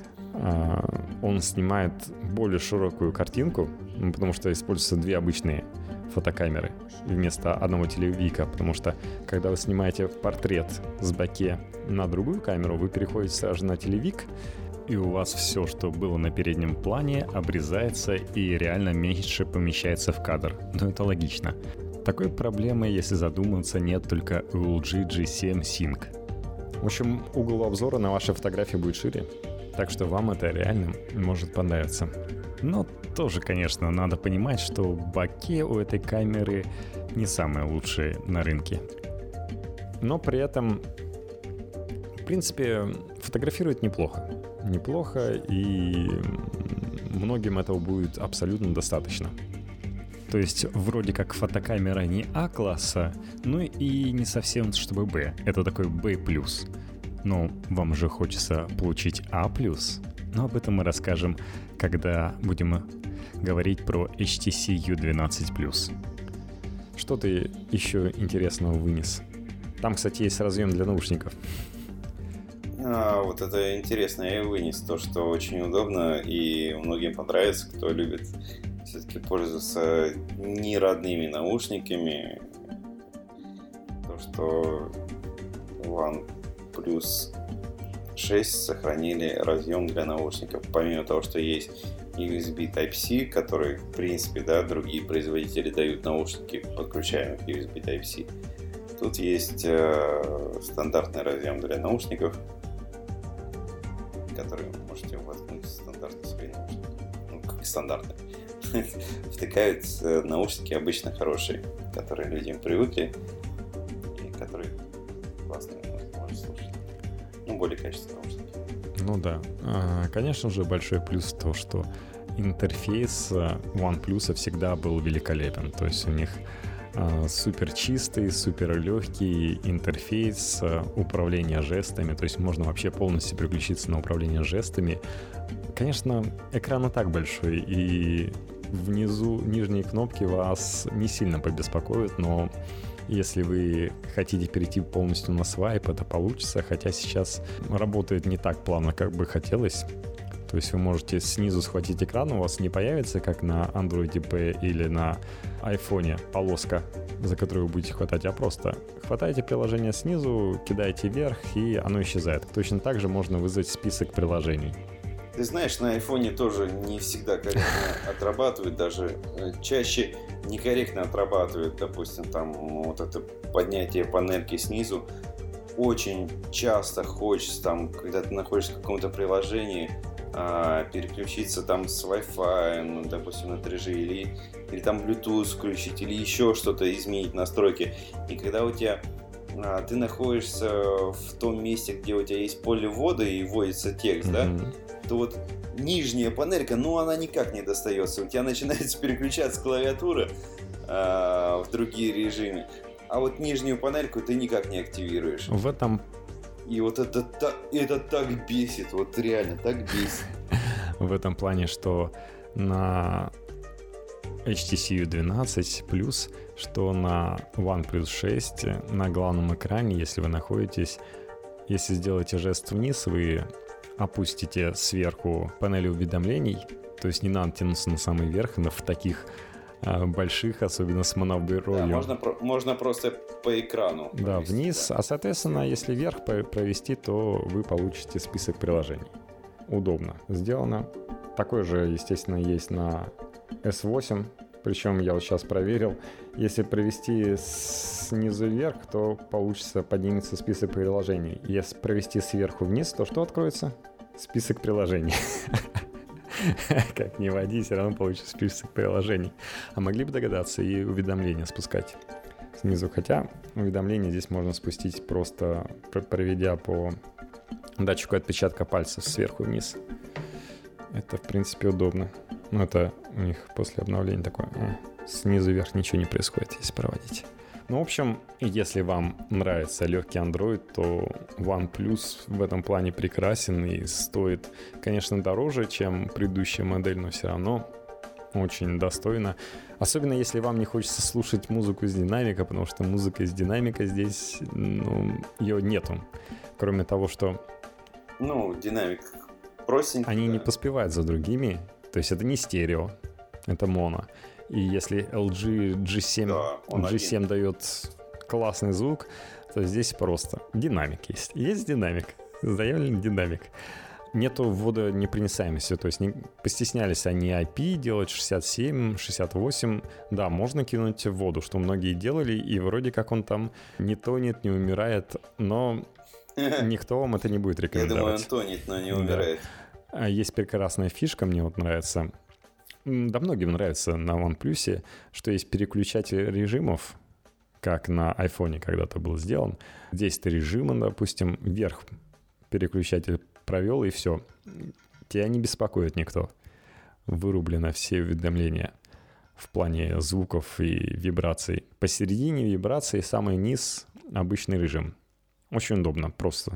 он снимает более широкую картинку, потому что используются две обычные фотокамеры вместо одного телевика, потому что когда вы снимаете портрет с боке на другую камеру, вы переходите сразу на телевик, и у вас все, что было на переднем плане, обрезается и реально меньше помещается в кадр. Но это логично. Такой проблемы, если задуматься, нет только у эл джи джи семь Sync. В общем, угол обзора на вашей фотографии будет шире, так что вам это реально может понравиться. Но тоже, конечно, надо понимать, что боке у этой камеры не самые лучшие на рынке. Но при этом, в принципе, фотографирует неплохо. Неплохо, и многим этого будет абсолютно достаточно. То есть вроде как фотокамера не А-класса, но и не совсем чтобы Б. Это такой Б+. Но вам же хочется получить А+. Но об этом мы расскажем, когда будем говорить про эйч ти си ю двенадцать плюс. Что ты еще интересного вынес? Там, кстати, есть разъем для наушников. А, вот это интересно, я вынес то, что очень удобно и многим понравится, кто любит все-таки пользоваться неродными наушниками. То, что OnePlus шесть сохранили разъем для наушников. Помимо того, что есть ю эс би Type-C, который, в принципе, да, другие производители дают наушники, подключаемые к ю эс би Type-C. Тут есть э, стандартный разъем для наушников, который вы можете воткнуть в стандартные свои наушники. Ну, как стандартные. Втыкают наушники обычно хорошие, которые людям привыкли и которые классные можно слушать. Ну, более качественные наушники. Ну да. Конечно же, большой плюс то, что интерфейс OnePlus всегда был великолепен. То есть у них супер чистый, супер легкий интерфейс управления жестами. То есть можно вообще полностью переключиться на управление жестами. Конечно, экран и так большой, и внизу нижние кнопки вас не сильно побеспокоят, но если вы хотите перейти полностью на свайп, это получится, хотя сейчас работает не так плавно, как бы хотелось. То есть вы можете снизу схватить экран, у вас не появится, как на Android P или на iPhone, полоска, за которую вы будете хватать, а просто хватаете приложение снизу, кидаете вверх, и оно исчезает. Точно так же можно вызвать список приложений. Ты знаешь, на айфоне тоже не всегда корректно отрабатывают, даже чаще некорректно отрабатывают, допустим, там вот это поднятие панельки снизу. Очень часто хочется, там, когда ты находишься в каком-то приложении, переключиться там с Wi-Fi, ну, допустим, на три джи, или, или там Bluetooth включить, или еще что-то изменить настройки. И когда у тебя а, ты находишься в том месте, где у тебя есть поле ввода и вводится текст, mm-hmm. да, то вот нижняя панелька, ну, она никак не достается. У тебя начинается переключаться клавиатура а, в другие режимы, а вот нижнюю панельку ты никак не активируешь. В этом И вот это, это так бесит, вот реально так бесит. В этом плане, что на эйч ти си ю двенадцать плюс, что на OnePlus шесть на главном экране, если вы находитесь, если сделаете жест вниз, вы опустите сверху панель уведомлений, то есть не надо тянуться на самый верх, но в таких больших, особенно с моноброю. Да, можно, можно просто по экрану да, провести, вниз, да. А соответственно, если вверх провести, то вы получите список приложений. Удобно сделано. Такой же, естественно, есть на эс восемь, причем я вот сейчас проверил. Если провести снизу вверх, то получится, поднимется список приложений. Если провести сверху вниз, то что откроется? Список приложений. Как не вводи, все равно получится список приложений. А могли бы догадаться и уведомления спускать снизу. Хотя уведомления здесь можно спустить, просто проведя по датчику отпечатка пальцев сверху вниз. Это, в принципе, удобно. Но это у них после обновления такое. Э, снизу вверх ничего не происходит, если проводить. Ну, в общем, если вам нравится легкий Android, то OnePlus в этом плане прекрасен и стоит, конечно, дороже, чем предыдущая модель, но все равно очень достойно. Особенно, если вам не хочется слушать музыку из динамика, потому что музыка из динамика здесь, ну, ее нету. Кроме того, что... Ну, динамик простенький. Они да. не поспевают за другими, то есть это не стерео, это моно. И если эл джи джи семь, да, джи семь дает классный звук, то здесь просто динамик есть. Есть динамик, заявлен динамик. Нету водонепроницаемости, то есть не постеснялись они ай пи делать шестьдесят семь, шестьдесят восемь. Да, можно кинуть в воду, что многие делали, и вроде как он там не тонет, не умирает, но никто вам это не будет рекомендовать. Я думаю, он тонет, но не умирает. Да. Есть прекрасная фишка, мне вот нравится. Да, многим нравится на OnePlus, что есть переключатель режимов, как на iPhone когда-то был сделан. десять режима, допустим, вверх переключатель провел, и все. Тебя не беспокоит никто. Вырублено все уведомления в плане звуков и вибраций. Посередине вибрации самый низ — обычный режим. Очень удобно, просто.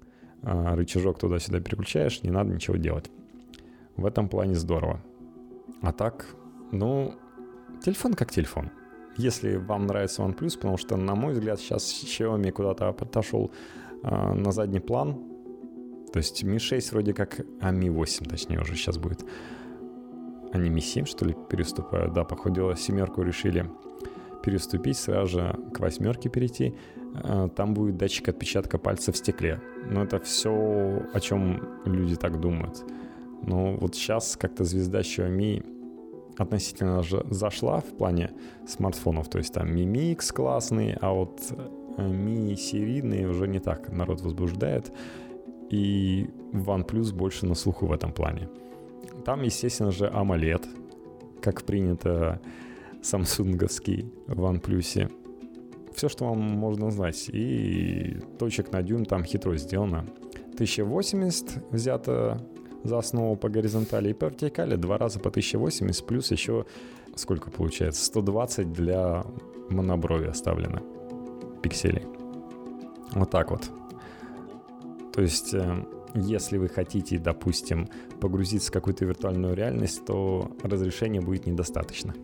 Рычажок туда-сюда переключаешь, не надо ничего делать. В этом плане здорово. А так, ну, телефон как телефон. Если вам нравится OnePlus, потому что, на мой взгляд, сейчас Xiaomi куда-то отошел э, на задний план. То есть ми шесть вроде как, а ми восемь, точнее, уже сейчас будет. они ми семь, что ли, переступают. Да, походу дела, семерку решили переступить, сразу же к восьмерке перейти. Там будет датчик отпечатка пальца в стекле. Но это все, о чем люди так думают. Но вот сейчас как-то звезда Xiaomi относительно же зашла в плане смартфонов. То есть там Mi Mix классный, а вот Mi серийные уже не так народ возбуждает. И OnePlus больше на слуху в этом плане. Там, естественно же, AMOLED, как принято самсунговский в OnePlus. Все, что вам можно знать. И точек на дюйм там хитро сделано. тысяча восемьдесят взято за основу по горизонтали и по вертикали. Два раза по тысяча восемьдесят, плюс еще, сколько получается, сто двадцать для моноброви оставлено пикселей. Вот так вот. То есть, если вы хотите, допустим, погрузиться в какую-то виртуальную реальность, то разрешения будет недостаточно.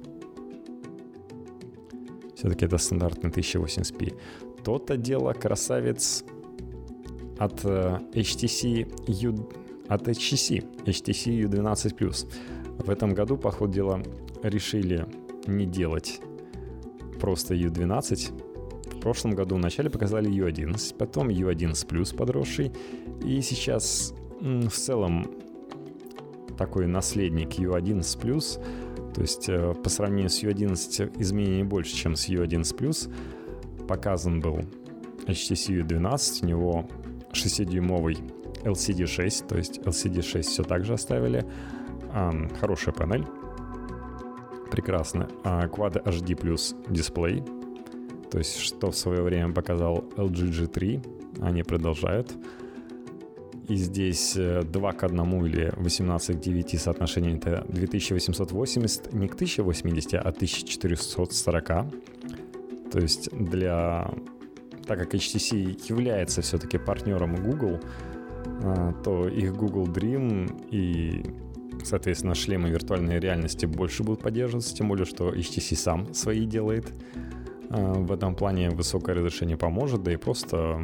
Все-таки это стандартный тысяча восемьдесят пи. То-то дело, красавец от эйч ти си U, от эйч ти си, эйч ти си ю двенадцать плюс. В этом году, по ходу дела, решили не делать просто ю двенадцать. В прошлом году вначале показали ю одиннадцать, потом ю одиннадцать плюс подросший. И сейчас в целом такой наследник ю одиннадцать плюс. То есть по сравнению с ю одиннадцать изменений больше, чем с ю одиннадцать плюс. Показан был эйч ти си ю двенадцать, у него шестидюймовый эл си ди шесть, то есть эл си ди шесть все так же оставили. Хорошая панель, прекрасно. Quad эйч ди плюс дисплей, то есть что в свое время показал эл джи джи три, они продолжают. И здесь два к одному или восемнадцать к девяти соотношение, это две тысячи восемьсот восемьдесят, не к тысяче восьмидесяти, а тысяча четыреста сорок. То есть для... Так как эйч ти си является все-таки партнером Google, то их Google Dream и, соответственно, шлемы виртуальной реальности больше будут поддерживаться, тем более, что эйч ти си сам свои делает. В этом плане высокое разрешение поможет, да и просто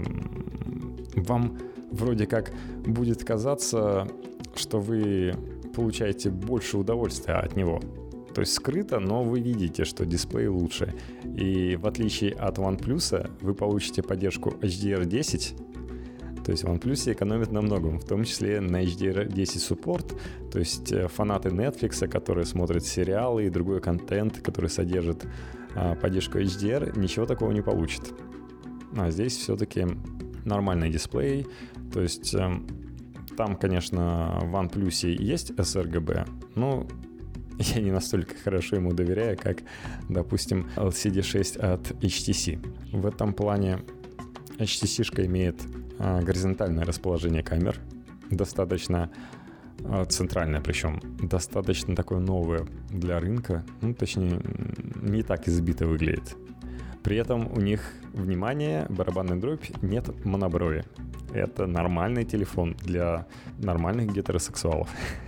вам вроде как будет казаться, что вы получаете больше удовольствия от него. То есть скрыто, но вы видите, что дисплей лучше. И в отличие от OnePlus, вы получите поддержку эйч ди ар десять. То есть OnePlus экономит на многом, в том числе на эйч ди ар десять суппорт. То есть фанаты Netflix, которые смотрят сериалы и другой контент, который содержит а, поддержку эйч ди ар, ничего такого не получат. А здесь все-таки нормальный дисплей. То есть э, там, конечно, в OnePlus есть эс эр джи би, но я не настолько хорошо ему доверяю, как, допустим, эл си ди шесть от эйч ти си. В этом плане эйч ти си-шка имеет э, горизонтальное расположение камер, достаточно э, центральное, причем достаточно такое новое для рынка, ну, точнее, не так избито выглядит. При этом у них, внимание, барабанная дробь, нет моноброви. Это нормальный телефон для нормальных гетеросексуалов.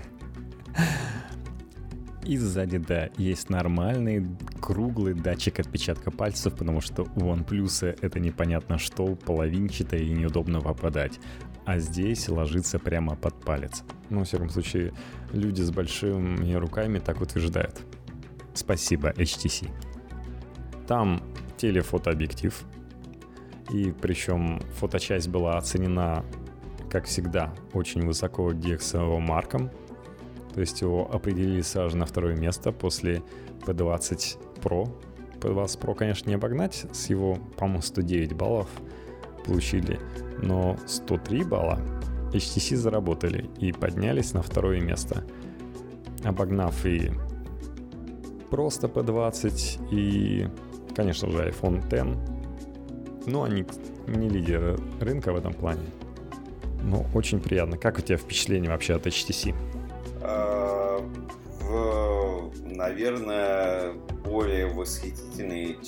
И сзади, да, есть нормальный круглый датчик отпечатка пальцев, потому что у OnePlus это непонятно что, половинчатое и неудобно попадать. А здесь ложится прямо под палец. Ну, во всяком случае, люди с большими руками так утверждают. Спасибо, эйч ти си. Там телефотообъектив. И причем фоточасть была оценена, как всегда, очень высоко ди экс эл марком. То есть его определили сразу на второе место после пи двадцать про. пи двадцать про, конечно, не обогнать. С его, по-моему, сто девять баллов получили. Но сто три балла эйч ти си заработали и поднялись на второе место. Обогнав и просто пи двадцать, и, конечно же, айфон десять. Ну, они не лидеры рынка в этом плане. Но очень приятно. Как у тебя впечатление вообще от эйч ти си? А, в, наверное, более восхитительный.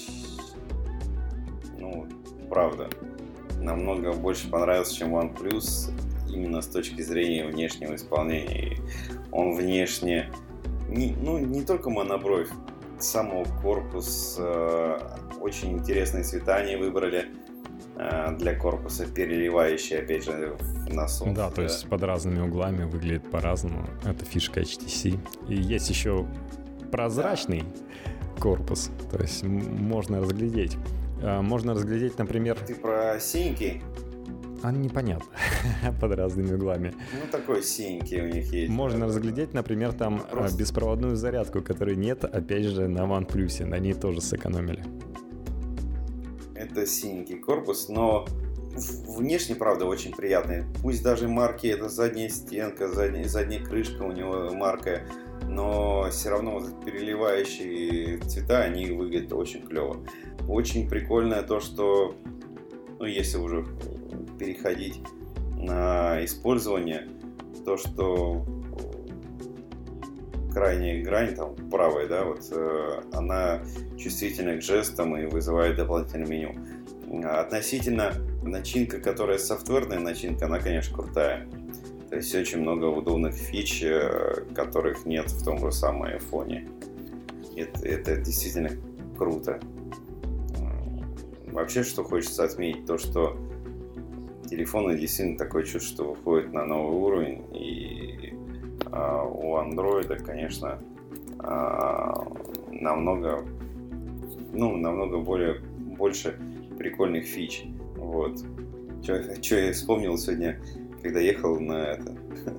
Ну, правда. Намного больше понравился, чем OnePlus. Именно с точки зрения внешнего исполнения. Он внешне... Не, ну, не только монобровь. Самого корпус... Очень интересные цвета они выбрали. для корпуса, переливающий, опять же, на солнце. Да, то есть под разными углами выглядит по-разному. Это фишка эйч ти си. И есть еще прозрачный да. корпус, то есть можно разглядеть. Можно разглядеть, например... Ты про синенький? А непонятно, под разными углами. Ну, такой синенький у них есть. Можно разглядеть, например, там Просто... беспроводную зарядку, которой нет, опять же, на OnePlus. На ней тоже сэкономили. Это синенький корпус, но внешне, правда, очень приятный. Пусть даже марки, это задняя стенка, задняя, задняя крышка у него марка, но все равно вот переливающие цвета, они выглядят очень клево. Очень прикольное то, что, ну, если уже переходить на использование, то, что крайняя грань, там, правая, да, вот, э, она чувствительна к жестам и вызывает дополнительное меню. Относительно начинка, которая софтверная начинка, она, конечно, крутая. То есть очень много удобных фич, которых нет в том же самом айфоне. Это, это действительно круто. Вообще, что хочется отметить, то, что телефоны действительно такое чувство, что выходят на новый уровень. И а, у Android, конечно, а, намного, ну, намного более, больше прикольных фич. Вот. Что я вспомнил сегодня, когда ехал на, это,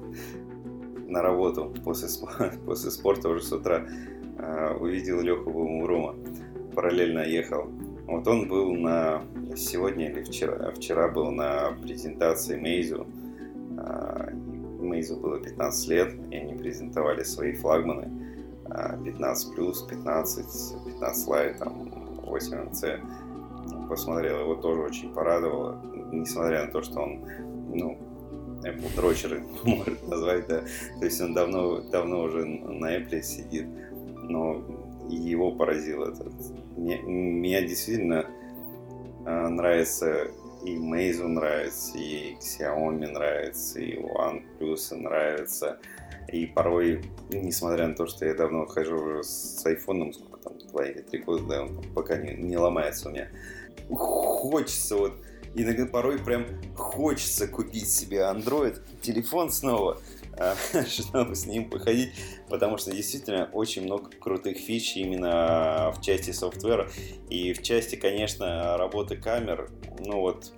на работу после, после спорта уже с утра, э, увидел Леху Бумурома, параллельно ехал. Вот он был на, сегодня или вчера, вчера был на презентации Meizu. Э, Meizu было пятнадцать лет, и они презентовали свои флагманы пятнадцать плюс, пятнадцать, пятнадцать Lite, там, восемь эм си. Посмотрел, его тоже очень порадовало, несмотря на то, что он, ну, Apple дрочеры можно назвать, да, то есть он давно, давно уже на Apple сидит, но его поразил этот. Мне, меня действительно э, нравится и Meizu нравится, и Xiaomi нравится, и OnePlus нравится, и порой, несмотря на то, что я давно хожу уже с айфоном, сколько там, два или три года, да, он пока не, не ломается у меня, хочется вот, иногда порой прям хочется купить себе Android телефон снова, чтобы с ним походить, потому что действительно очень много крутых фич именно в части софтвера и в части, конечно, работы камер. Ну вот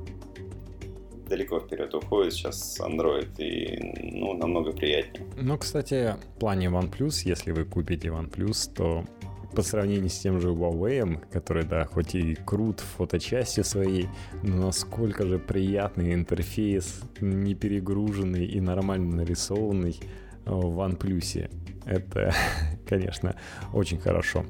далеко вперед уходит сейчас Android и, ну, намного приятнее. Ну, кстати, в плане OnePlus, если вы купите OnePlus, то по сравнению с тем же Huawei, который, да, хоть и крут в фоточасти своей, но насколько же приятный интерфейс, не перегруженный и нормально нарисованный в OnePlus. Это, конечно, очень хорошо.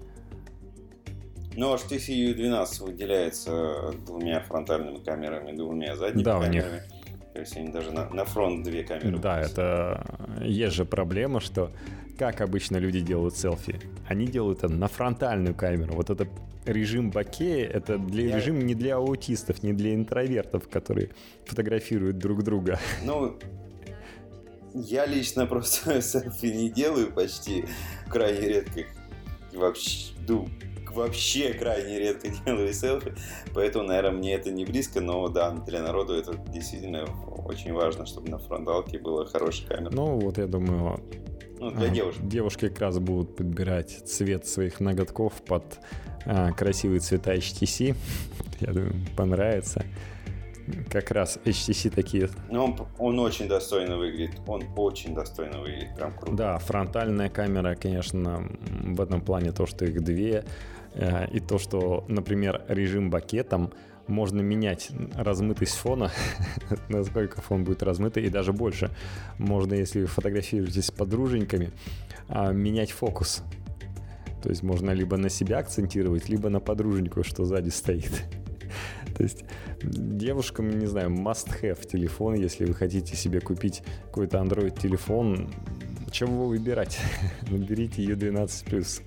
Ну, эйч ти си ю двенадцать выделяется двумя фронтальными камерами, двумя задними да, камерами. У них... То есть они даже на, на фронт две камеры. Да, выпустили. Это есть же проблема, что как обычно люди делают селфи, они делают это на фронтальную камеру. Вот это режим бокей, это для, Я... режим не для аутистов, не для интровертов, которые фотографируют друг друга. Ну, я лично просто селфи не делаю почти, крайне редко. Вообще, ну, вообще крайне редко делаю селфи, поэтому, наверное, мне это не близко, но да, для народу это действительно очень важно, чтобы на фронталке была хорошая камера. Ну, вот я думаю... Ну, для девушек. Девушки как раз будут подбирать цвет своих ноготков под а, красивые цвета эйч ти си. Я думаю, понравится. Как раз эйч ти си такие... Ну, он, он очень достойно выглядит. Он очень достойно выглядит. Прям круто. Да, фронтальная камера, конечно, в этом плане то, что их две. И то, что, например, режим боке, там можно менять размытость фона, насколько фон будет размытый, и даже больше. Можно, если вы фотографируетесь с подруженьками, менять фокус. То есть можно либо на себя акцентировать, либо на подруженьку, что сзади стоит. То есть девушкам, не знаю, must-have телефон, если вы хотите себе купить какой-то Android-телефон, чего выбирать? Наберите ю двенадцать плюс.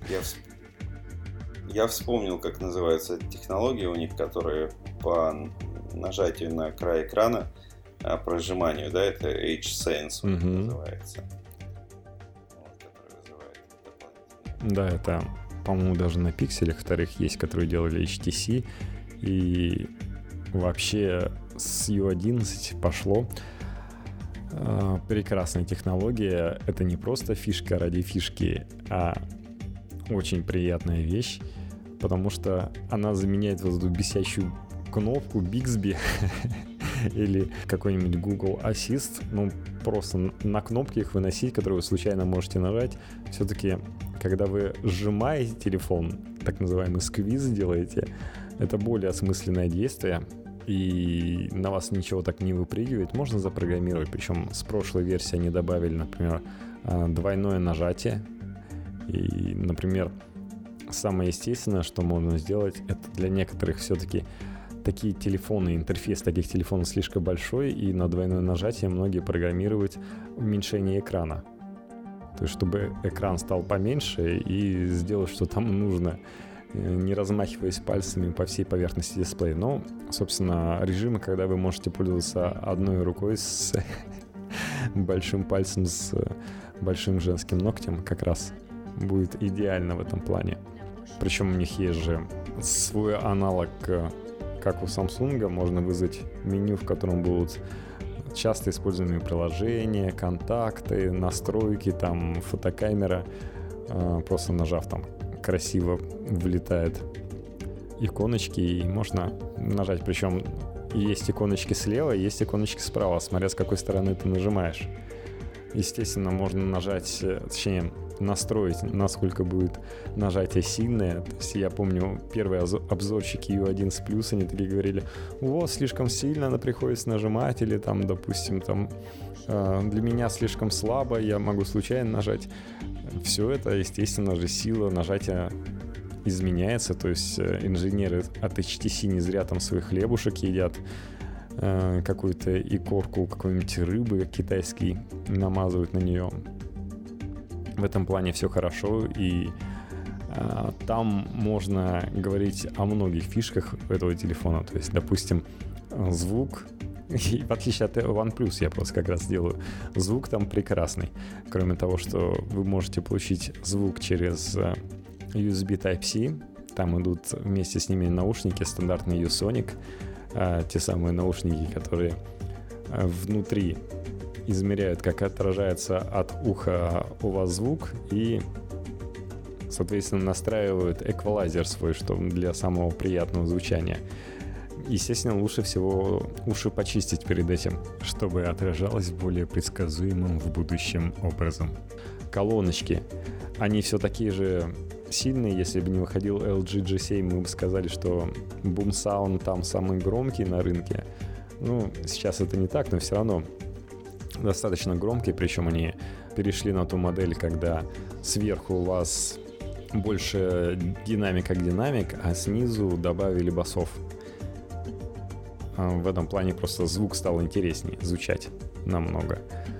Я вспомнил, как называется технология у них, которая по нажатию на край экрана, а, прожиманию, да, это H-Sense угу. называется. Вот, да, это, по-моему, даже на пикселях вторых есть, которые делали эйч ти си. И вообще с ю одиннадцать пошло. Прекрасная технология. Это не просто фишка ради фишки, а очень приятная вещь, потому что она заменяет вот эту бесящую кнопку Bixby или какой-нибудь Google Assist. Ну, просто на кнопки их выносить, которые вы случайно можете нажать. Все-таки, когда вы сжимаете телефон, так называемый сквиз делаете, это более осмысленное действие, и на вас ничего так не выпрыгивает. Можно запрограммировать, причем с прошлой версии они добавили, например, двойное нажатие. И, например, самое естественное, что можно сделать, это для некоторых все-таки такие телефоны, интерфейс таких телефонов слишком большой, и на двойное нажатие многие программируют уменьшение экрана. То есть, чтобы экран стал поменьше и сделать, что там нужно, не размахиваясь пальцами по всей поверхности дисплея. Но, собственно, режимы, когда вы можете пользоваться одной рукой с большим пальцем, с большим женским ногтем, как раз будет идеально в этом плане. Причем у них есть же свой аналог, как у Samsung. Можно вызвать меню, в котором будут часто используемые приложения, контакты, настройки, там фотокамера. Просто нажав там, красиво влетает иконочки, и можно нажать. Причем есть иконочки слева, есть иконочки справа, смотря с какой стороны ты нажимаешь. Естественно, можно нажать, точнее, настроить, насколько будет нажатие сильное. То есть я помню, первые обзорщики ю одиннадцать плюс, они такие говорили: о, слишком сильно она приходится нажимать, или там, допустим, там для меня слишком слабо, я могу случайно нажать. Все это, естественно же, сила нажатия изменяется. То есть инженеры от эйч ти си не зря там своих хлебушек едят, какую-то икорку какой-нибудь рыбы китайской намазывают на нее. В этом плане все хорошо, и а, там можно говорить о многих фишках этого телефона. То есть, допустим, звук, и в отличие от OnePlus, я просто как раз делаю, звук там прекрасный. Кроме того, что вы можете получить звук через ю эс би Type-C, там идут вместе с ними наушники, стандартный Usonic, а, те самые наушники, которые а, внутри измеряют, как отражается от уха у вас звук, и, соответственно, настраивают эквалайзер свой, что для самого приятного звучания. Естественно, лучше всего уши почистить перед этим, чтобы отражалось более предсказуемым в будущем образом. Колоночки, они все такие же сильные. Если бы не выходил эл джи джи семь, мы бы сказали, что Boom Sound там самый громкий на рынке. Ну, сейчас это не так, но все равно достаточно громкие, причем они перешли на ту модель, когда сверху у вас больше динамик как динамик, а снизу добавили басов. В этом плане просто звук стал интереснее звучать намного.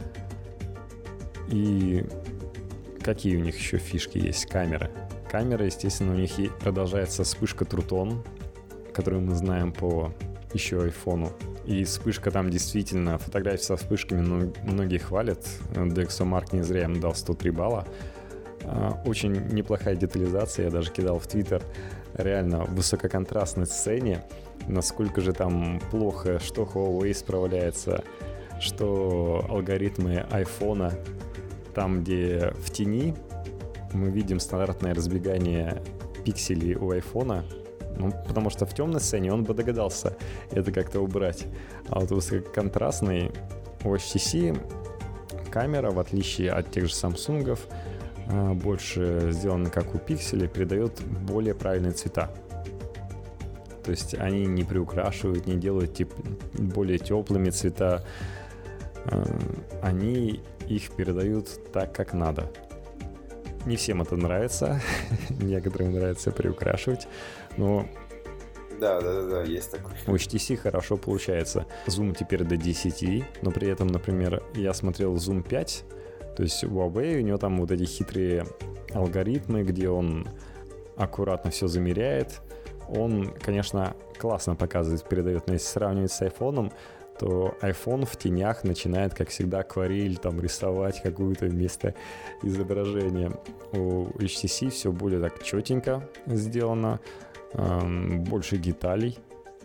И какие у них еще фишки есть? Камера. Камера, естественно, у них и продолжается вспышка True Tone, которую мы знаем по еще айфону. И вспышка там действительно, фотографии со вспышками многие хвалят. Dexomark не зря им дал сто три балла. Очень неплохая детализация, я даже кидал в Твиттер. Реально в высококонтрастной сцене, насколько же там плохо, что Huawei справляется, что алгоритмы айфона, там, где в тени, мы видим стандартное разбегание пикселей у айфона. Ну, потому что в темной сцене он бы догадался это как-то убрать. А вот высококонтрастный у эйч ти си камера, в отличие от тех же Samsung, больше сделана как у пикселей, передает более правильные цвета. То есть они не приукрашивают, не делают тип, более теплыми цвета. Они их передают так, как надо. Не всем это нравится, некоторым нравится приукрашивать, но да, да, да, да, есть такое. У эйч ти си хорошо получается. Зум теперь до десять, но при этом, например, я смотрел Zoom пять, то есть Huawei, у него там вот эти хитрые алгоритмы, где он аккуратно все замеряет. Он, конечно, классно показывает, передает, но если сравнивать с айфоном, то iPhone в тенях начинает, как всегда, акварель там рисовать какую-то вместо изображения. У эйч ти си все более так четенько сделано, эм, больше деталей.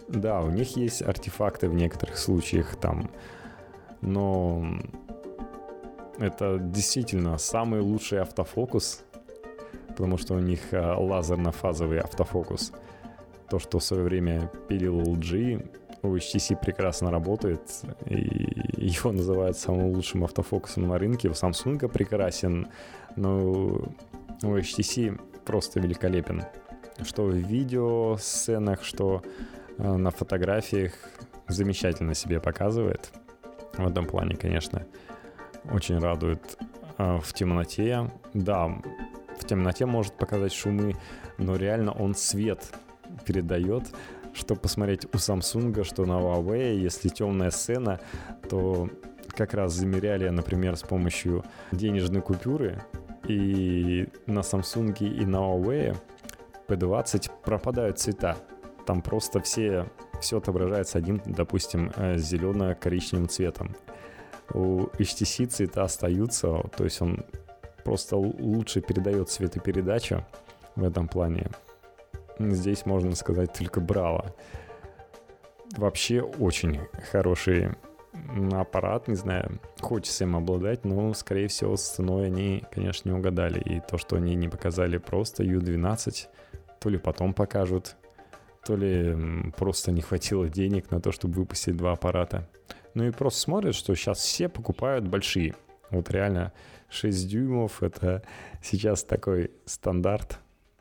Да, у них есть артефакты в некоторых случаях там, но это действительно самый лучший автофокус, потому что у них лазерно-фазовый автофокус. То, что в свое время пилил эл джи, у эйч ти си прекрасно работает, и его называют самым лучшим автофокусом на рынке. У Samsung прекрасен, но у эйч ти си просто великолепен. Что в видеосценах, что на фотографиях замечательно себе показывает. В этом плане, конечно, очень радует. В темноте, да, в темноте может показать шумы, но реально он свет передает. Что посмотреть у Samsung, что на Huawei, если темная сцена, то как раз замеряли, например, с помощью денежной купюры, и на Samsung и на Huawei пи двадцать пропадают цвета. Там просто все, все отображается одним, допустим, зелено-коричневым цветом. У эйч ти си цвета остаются, то есть он просто лучше передает цветопередачу в этом плане. Здесь можно сказать только браво. Вообще очень хороший аппарат, не знаю, хочется им обладать, но, скорее всего, с ценой они, конечно, не угадали. И то, что они не показали просто ю двенадцать, то ли потом покажут, то ли просто не хватило денег на то, чтобы выпустить два аппарата. Ну и просто смотрят, что сейчас все покупают большие. Вот реально шесть дюймов — это сейчас такой стандарт.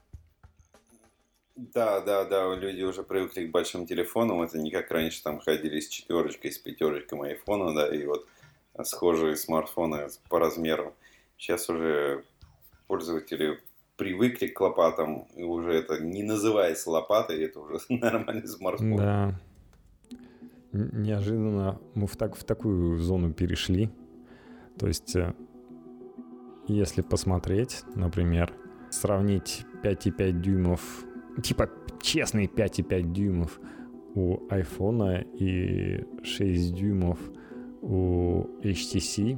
Да, да, да, люди уже привыкли к большим телефонам. Это не как раньше там ходили с четверочкой, с пятерочкой айфона, да, и вот схожие смартфоны по размеру. Сейчас уже пользователи привыкли к лопатам, и уже это не называется лопатой, это уже нормальный смартфон. Да. Неожиданно мы в, так, в такую зону перешли. То есть, если посмотреть, например, сравнить пять и пять дюймов, типа честные пять и пять дюймов у айфона и шесть дюймов у эйч ти си,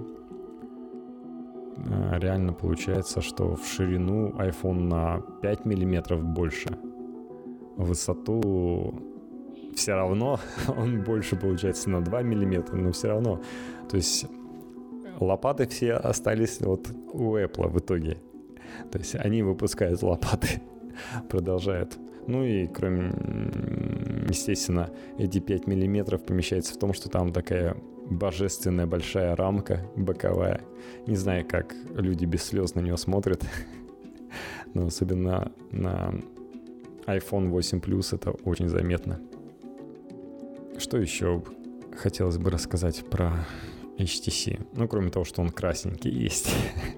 реально получается, что в ширину iPhone на пять миллиметров больше, в высоту все равно он больше получается на два миллиметра, но все равно. То есть лопаты все остались вот у Apple в итоге. То есть они выпускают лопаты, продолжают. Ну и кроме, естественно, эти пять миллиметров помещается в том, что там такая божественная большая рамка боковая. Не знаю, как люди без слез на нее смотрят, но особенно на iPhone восемь плюс это очень заметно. Что еще хотелось бы рассказать про эйч ти си? Ну, кроме того, что он красненький есть.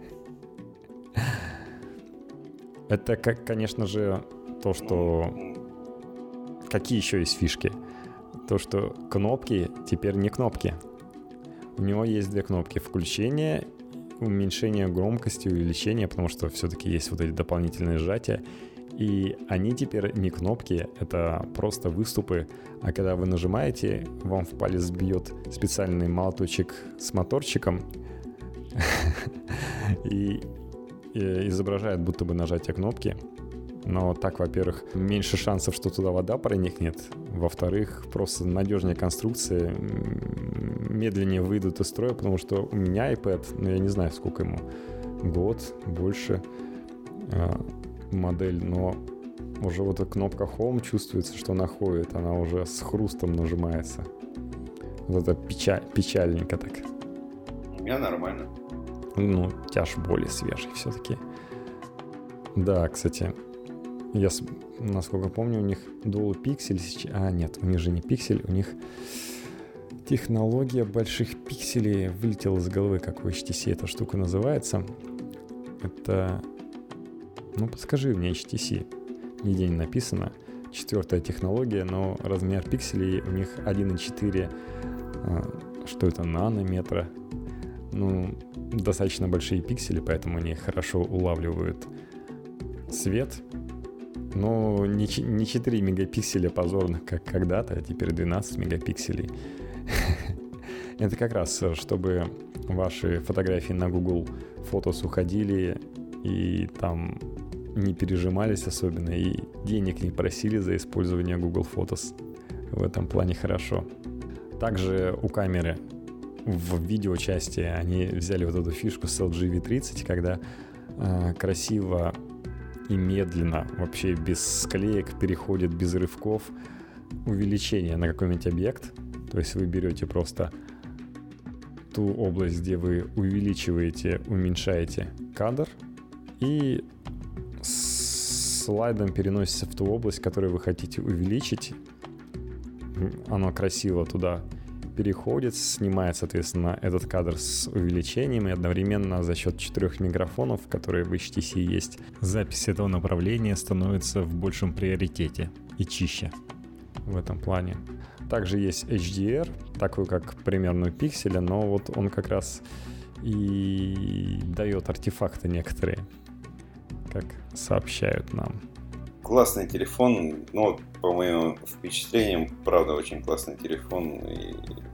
Это, как, конечно же, то, что... Какие еще есть фишки? То, что кнопки теперь не кнопки. У него есть две кнопки: включение, уменьшение громкости, увеличение, потому что все-таки есть вот эти дополнительные сжатия. И они теперь не кнопки, это просто выступы. А когда вы нажимаете, вам в палец бьет специальный молоточек с моторчиком и изображает будто бы нажатие кнопки. Но так, во-первых, меньше шансов, что туда вода проникнет. Во-вторых, просто надежнее конструкция, медленнее выйдут из строя, потому что у меня iPad, ну я не знаю, сколько ему, год, больше модель, но уже вот эта кнопка Home чувствуется, что она ходит, она уже с хрустом нажимается. Вот это печаль, печальненько так. У меня нормально. Ну, тяж более свежий все-таки. Да, кстати, я, насколько помню, у них Dual Pixel сейчас... А, нет, у них же не пиксель, у них технология больших пикселей вылетела из головы, как в эйч ти си эта штука называется. Это... Ну, подскажи мне, эйч ти си. Нигде не написано. Четвертая технология, но размер пикселей у них один и четыре. Что это, нанометра? Ну, достаточно большие пиксели, поэтому они хорошо улавливают свет. Но не четыре мегапикселя позорных, как когда-то, а теперь двенадцать мегапикселей. Это как раз, чтобы ваши фотографии на Google Photos уходили и там не пережимались особенно, и денег не просили за использование Google Photos. В этом плане хорошо. Также у камеры в видеочасти они взяли вот эту фишку с эл джи ви тридцать, когда э, красиво и медленно, вообще без склеек, переходит без рывков увеличение на какой-нибудь объект. То есть вы берете просто ту область, где вы увеличиваете, уменьшаете кадр, и слайдом переносится в ту область, которую вы хотите увеличить. Оно красиво туда переходит, снимает, соответственно, этот кадр с увеличением, и одновременно за счет четырех микрофонов, которые в эйч ти си есть, запись этого направления становится в большем приоритете и чище в этом плане. Также есть эйч ди ар, такой как примерно у пикселя, но вот он как раз и дает артефакты некоторые, как сообщают нам. Классный телефон, ну, по моим впечатлениям, правда, очень классный телефон, и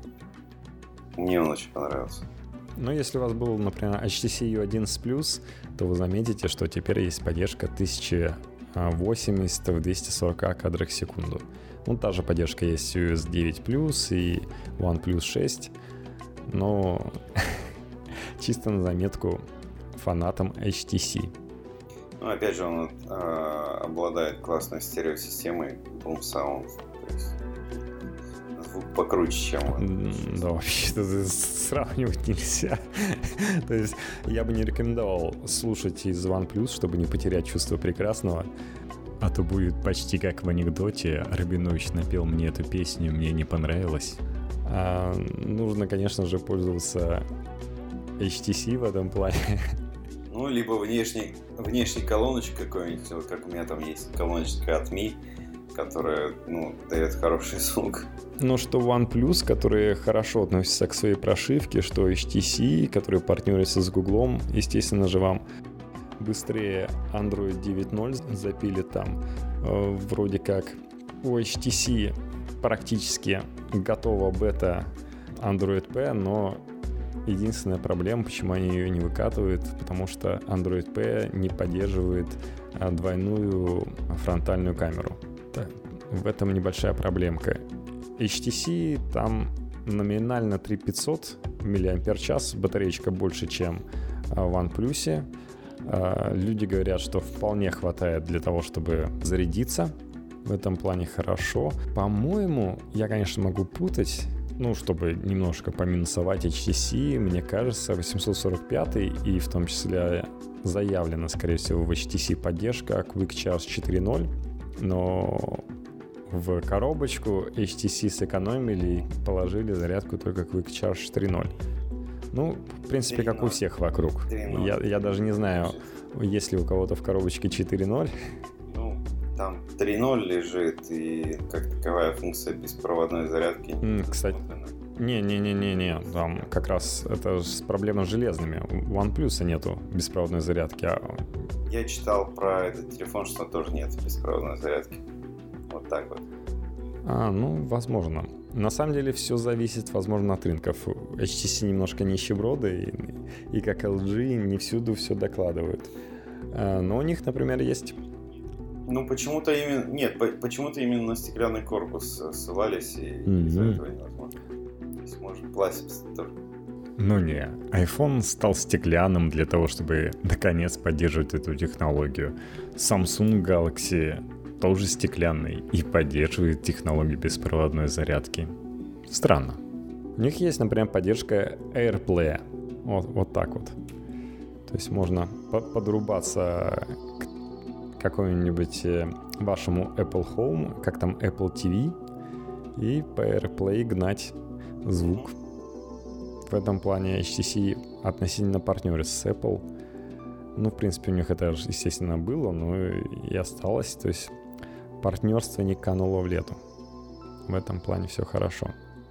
мне он очень понравился. Но если у вас был, например, эйч ти си ю одиннадцать плюс, то вы заметите, что теперь есть поддержка тысяча восемьдесят в двести сорок кадрах в секунду. Ну, та же поддержка есть ю эс девять плюс и OnePlus шесть, но чисто на заметку фанатам эйч ти си. Ну, опять же, он э, обладает классной стереосистемой Boom Sound. То есть звук покруче, чем он. Да, вообще-то сравнивать нельзя. То есть я бы не рекомендовал слушать из OnePlus, чтобы не потерять чувство прекрасного. А то будет почти как в анекдоте. Рабинович напел мне эту песню, мне не понравилось. А нужно, конечно же, пользоваться эйч ти си в этом плане. Ну, либо внешний, внешний колоночек какой-нибудь, вот как у меня там есть колоночка от Ми, которая, ну, дает хороший звук. Ну, что OnePlus, которые хорошо относятся к своей прошивке, что эйч ти си, которые партнерятся с Гуглом, естественно же, вам быстрее Android девять ноль запилит там. Э, вроде как у эйч ти си практически готова бета Android P, но единственная проблема, почему они ее не выкатывают, потому что Android P не поддерживает двойную фронтальную камеру. В этом небольшая проблемка. эйч ти си там номинально три тысячи пятьсот мАч, батареечка больше, чем в OnePlus. Люди говорят, что вполне хватает для того, чтобы зарядиться. В этом плане хорошо. По-моему, я, конечно, могу путать. Ну, чтобы немножко поминусовать эйч ти си, мне кажется, восемьсот сорок пять и в том числе заявлена, скорее всего, в эйч ти си поддержка Quick Charge четыре ноль, но в коробочку эйч ти си сэкономили и положили зарядку только Quick Charge четыре ноль. Ну, в принципе, как у всех вокруг. Я, я даже не знаю, есть ли у кого-то в коробочке четыре ноль. Там три ноль лежит, и как таковая функция беспроводной зарядки. Mm, кстати, не-не-не-не-не, там как раз это проблема с железными. У OnePlus нету беспроводной зарядки. А... Я читал про этот телефон, что тоже нет беспроводной зарядки. Вот так вот. А, ну, возможно. На самом деле все зависит, возможно, от рынков. эйч ти си немножко нищеброды, и, и как эл джи не всюду все докладывают. А, но у них, например, есть... Ну, почему-то именно... Нет, почему-то именно на стеклянный корпус ссылались, и mm-hmm. из-за этого невозможно. То есть, может, пластик тоже. Ну не, iPhone стал стеклянным для того, чтобы наконец поддерживать эту технологию. Samsung Galaxy тоже стеклянный и поддерживает технологию беспроводной зарядки. Странно. У них есть, например, поддержка AirPlay. Вот, вот так вот. То есть можно подрубаться к какому-нибудь вашему Apple Home, как там Apple ти ви, и по AirPlay гнать звук. В этом плане эйч ти си относительно партнерит с Apple. Ну, в принципе, у них это, естественно, было, но и осталось. То есть партнерство не кануло в лету. В этом плане все хорошо.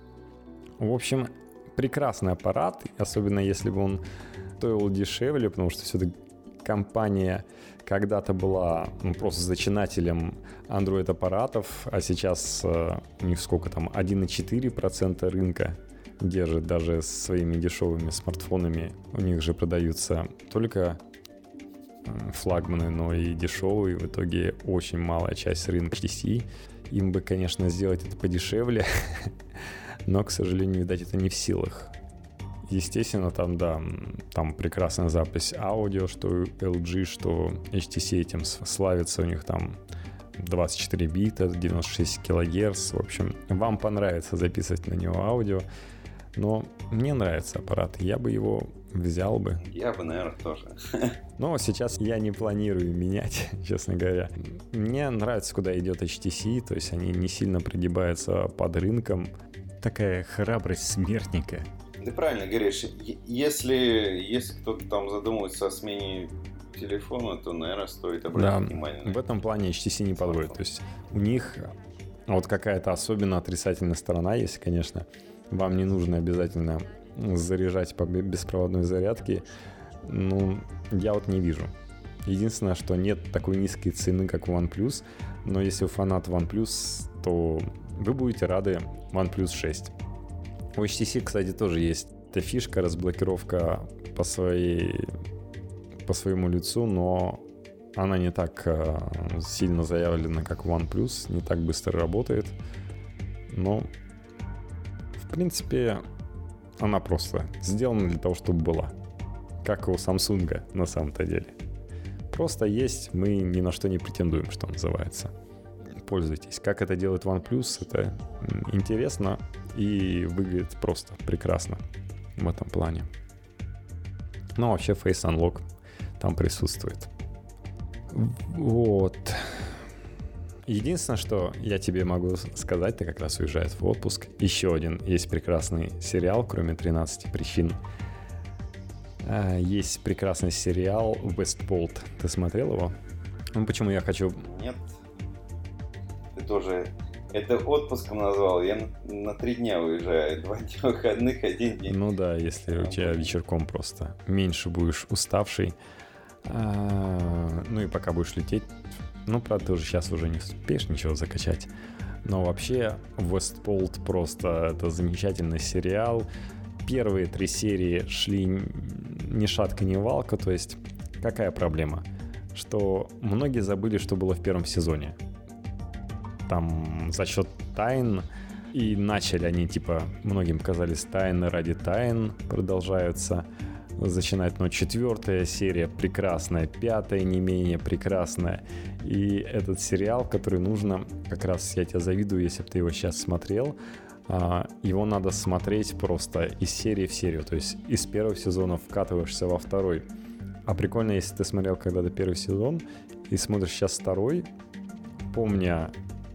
В общем, прекрасный аппарат, особенно если бы он стоил дешевле, потому что все-таки компания когда-то была ну, просто зачинателем Android-аппаратов, а сейчас э, у них сколько там, один целых четыре десятых процента рынка держит даже с своими дешевыми смартфонами. У них же продаются только э, флагманы, но и дешевые. В итоге очень малая часть рынка эйч ти си. им бы, конечно, сделать это подешевле, но, к сожалению, видать, это не в силах. Естественно, там, да, там прекрасная запись аудио, что эл джи, что эйч ти си этим славится, у них там двадцать четыре бита, девяносто шесть килогерц. В общем, вам понравится записывать на него аудио, но мне нравится аппарат, я бы его взял бы. Я бы, наверное, тоже. Но сейчас я не планирую менять, честно говоря. Мне нравится, куда идет эйч ти си, то есть они не сильно пригибаются под рынком. Такая храбрость смертника. Ты правильно говоришь, если, если кто-то там задумывается о смене телефона, то, наверное, стоит обратить да, внимание. В этом плане эйч ти си не подводит. То есть у них вот какая-то особенно отрицательная сторона есть, конечно. Вам не нужно обязательно заряжать по беспроводной зарядке. Ну, я вот не вижу. Единственное, что нет такой низкой цены, как у OnePlus. Но если вы фанат OnePlus, то вы будете рады OnePlus шесть. У эйч ти си, кстати, тоже есть эта фишка, разблокировка по, своей, по своему лицу, но она не так э, сильно заявлена, как у OnePlus, не так быстро работает. Но, в принципе, она просто сделана для того, чтобы была. Как у Samsung на самом-то деле. Просто есть, мы ни на что не претендуем, что называется. Пользуйтесь. Как это делает OnePlus, это интересно и выглядит просто прекрасно в этом плане. Но вообще Face Unlock там присутствует. Вот. Единственное, что я тебе могу сказать, ты как раз уезжаешь в отпуск. Еще один есть прекрасный сериал, кроме тринадцати причин. Есть прекрасный сериал Westworld. Ты смотрел его? Ну, почему я хочу... Нет. Ты тоже это отпуском назвал. Я на, на три дня уезжаю. Два дня выходных, один день. Ну да, если у тебя вечерком просто меньше будешь уставший. А, ну и пока будешь лететь. Ну, правда, ты уже сейчас уже не успеешь ничего закачать. Но вообще Westworld просто это замечательный сериал. Первые три серии шли ни шатка, ни валка. То есть какая проблема? Что многие забыли, что было в первом сезоне. Там за счет тайн. И начали они, типа, многим казались тайны ради тайн продолжаются зачинать. Но четвертая серия прекрасная, пятая не менее прекрасная. И этот сериал, который нужно, как раз я тебя завидую, если бы ты его сейчас смотрел, его надо смотреть просто из серии в серию. То есть из первого сезона вкатываешься во второй. А прикольно, если ты смотрел когда-то первый сезон и смотришь сейчас второй, помня,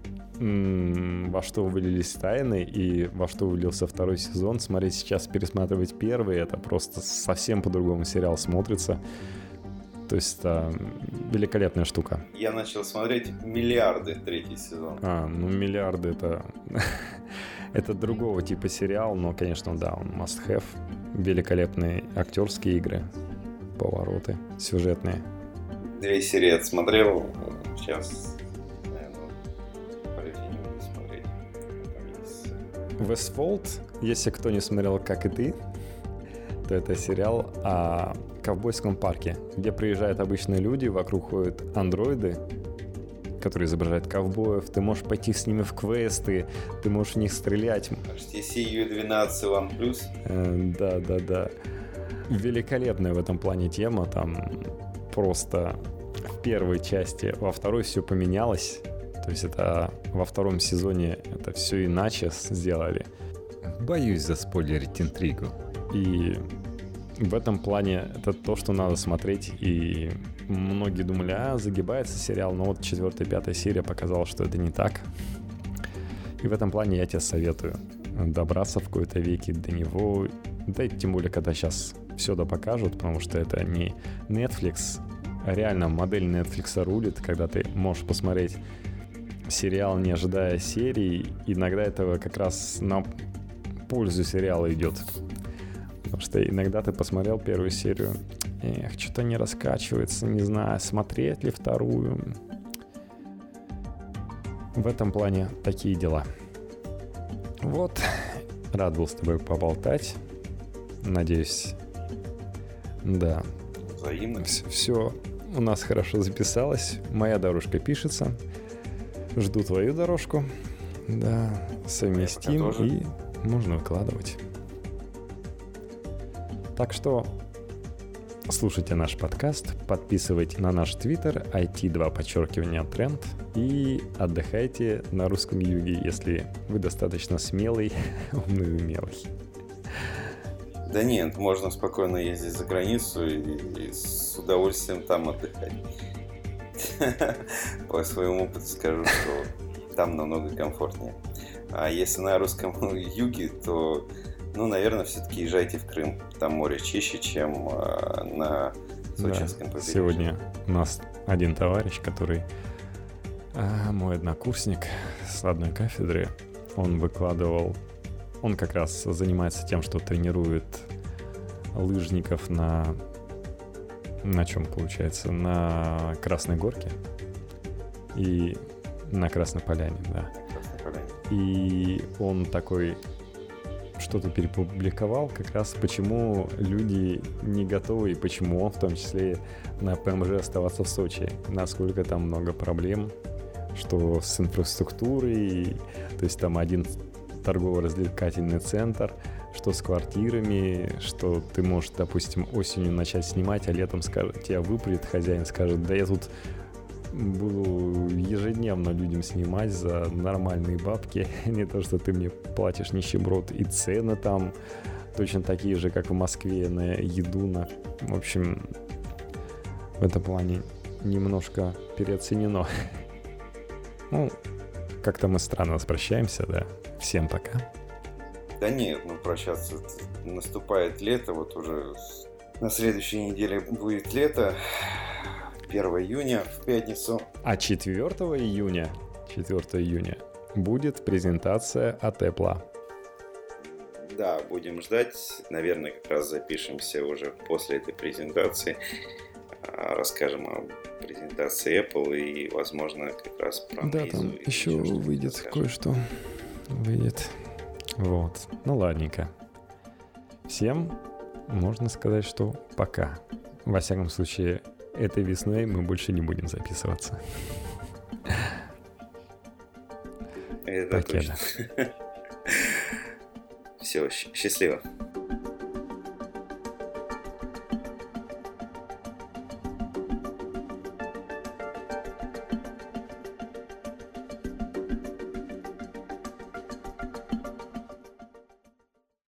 м- во что вылились тайны и во что вылился второй сезон, смотреть сейчас, пересматривать первый, это просто совсем по-другому сериал смотрится. То есть это великолепная штука. Я начал смотреть «Миллиарды» третий сезон. А, ну «Миллиарды» это... это другого типа сериал, но, конечно, да, он must have. Великолепные актерские игры, повороты сюжетные. Две серии отсмотрел, сейчас, наверное, полетим смотреть. Westworld, если кто не смотрел, как и ты, то это сериал о ковбойском парке, где приезжают обычные люди, вокруг ходят андроиды, которые изображают ковбоев, ты можешь пойти с ними в квесты, ты можешь в них стрелять. эйч ти си ю двенадцать OnePlus. Э, да, да, да. Великолепная в этом плане тема, там просто в первой части, во второй все поменялось, то есть это во втором сезоне это все иначе сделали. Боюсь заспойлерить интригу. И в этом плане это то, что надо смотреть, и многие думали, а, загибается сериал, но вот четвертая, пятая серия показала, что это не так. И в этом плане я тебе советую добраться в какой-то веке до него, да и тем более, когда сейчас все да покажут, потому что это не Netflix, а реально модель Netflix рулит, когда ты можешь посмотреть сериал, не ожидая серии, иногда этого как раз на пользу сериала идет. Потому что иногда ты посмотрел первую серию, эх, что-то не раскачивается, не знаю, смотреть ли вторую. В этом плане такие дела. Вот, рад был с тобой поболтать. Надеюсь, да. Взаимно. Все у нас хорошо записалось. Моя дорожка пишется. Жду твою дорожку. Да, совместим и можно выкладывать. Так что слушайте наш подкаст, подписывайтесь на наш твиттер ай ти два подчеркивание тренд и отдыхайте на русском юге, если вы достаточно смелый, умный и умелый. Да нет, можно спокойно ездить за границу и, и с удовольствием там отдыхать. По своему опыту скажу, что там намного комфортнее. А если на русском юге, то, ну, наверное, все-таки езжайте в Крым. Там море чище, чем а, на Сочинском да, побережье. Сегодня у нас один товарищ, который а, мой однокурсник с одной кафедры, он выкладывал, он как раз занимается тем, что тренирует лыжников на, на чем получается, на Красной Горке и на Красной Поляне, да. Красной Поляне. И он такой что-то перепубликовал, как раз почему люди не готовы и почему он в том числе на ПМЖ оставаться в Сочи, насколько там много проблем, что с инфраструктурой, то есть там один торгово-развлекательный центр, что с квартирами, что ты можешь, допустим, осенью начать снимать, а летом скажет, тебя выпрет хозяин, скажет, да я тут буду ежедневно людям снимать за нормальные бабки, не то, что ты мне платишь нищеброд, и цены там точно такие же, как в Москве на еду, на... в общем, в этом плане немножко переоценено. Ну, как-то мы странно распрощаемся, да. Всем пока. Да нет, ну прощаться, наступает лето, вот уже на следующей неделе будет лето, первого июня в пятницу. А четвёртого июня, четвёртого июня будет презентация от Apple. Да, будем ждать, наверное, как раз запишемся уже после этой презентации, расскажем о презентации Apple и, возможно, как раз про Meizu. Да, там еще выйдет расскажем. Кое-что. Выйдет. Вот. Ну, ладненько. Всем можно сказать, что пока. Во всяком случае, этой весной мы больше не будем записываться. Это точно. Все, счастливо.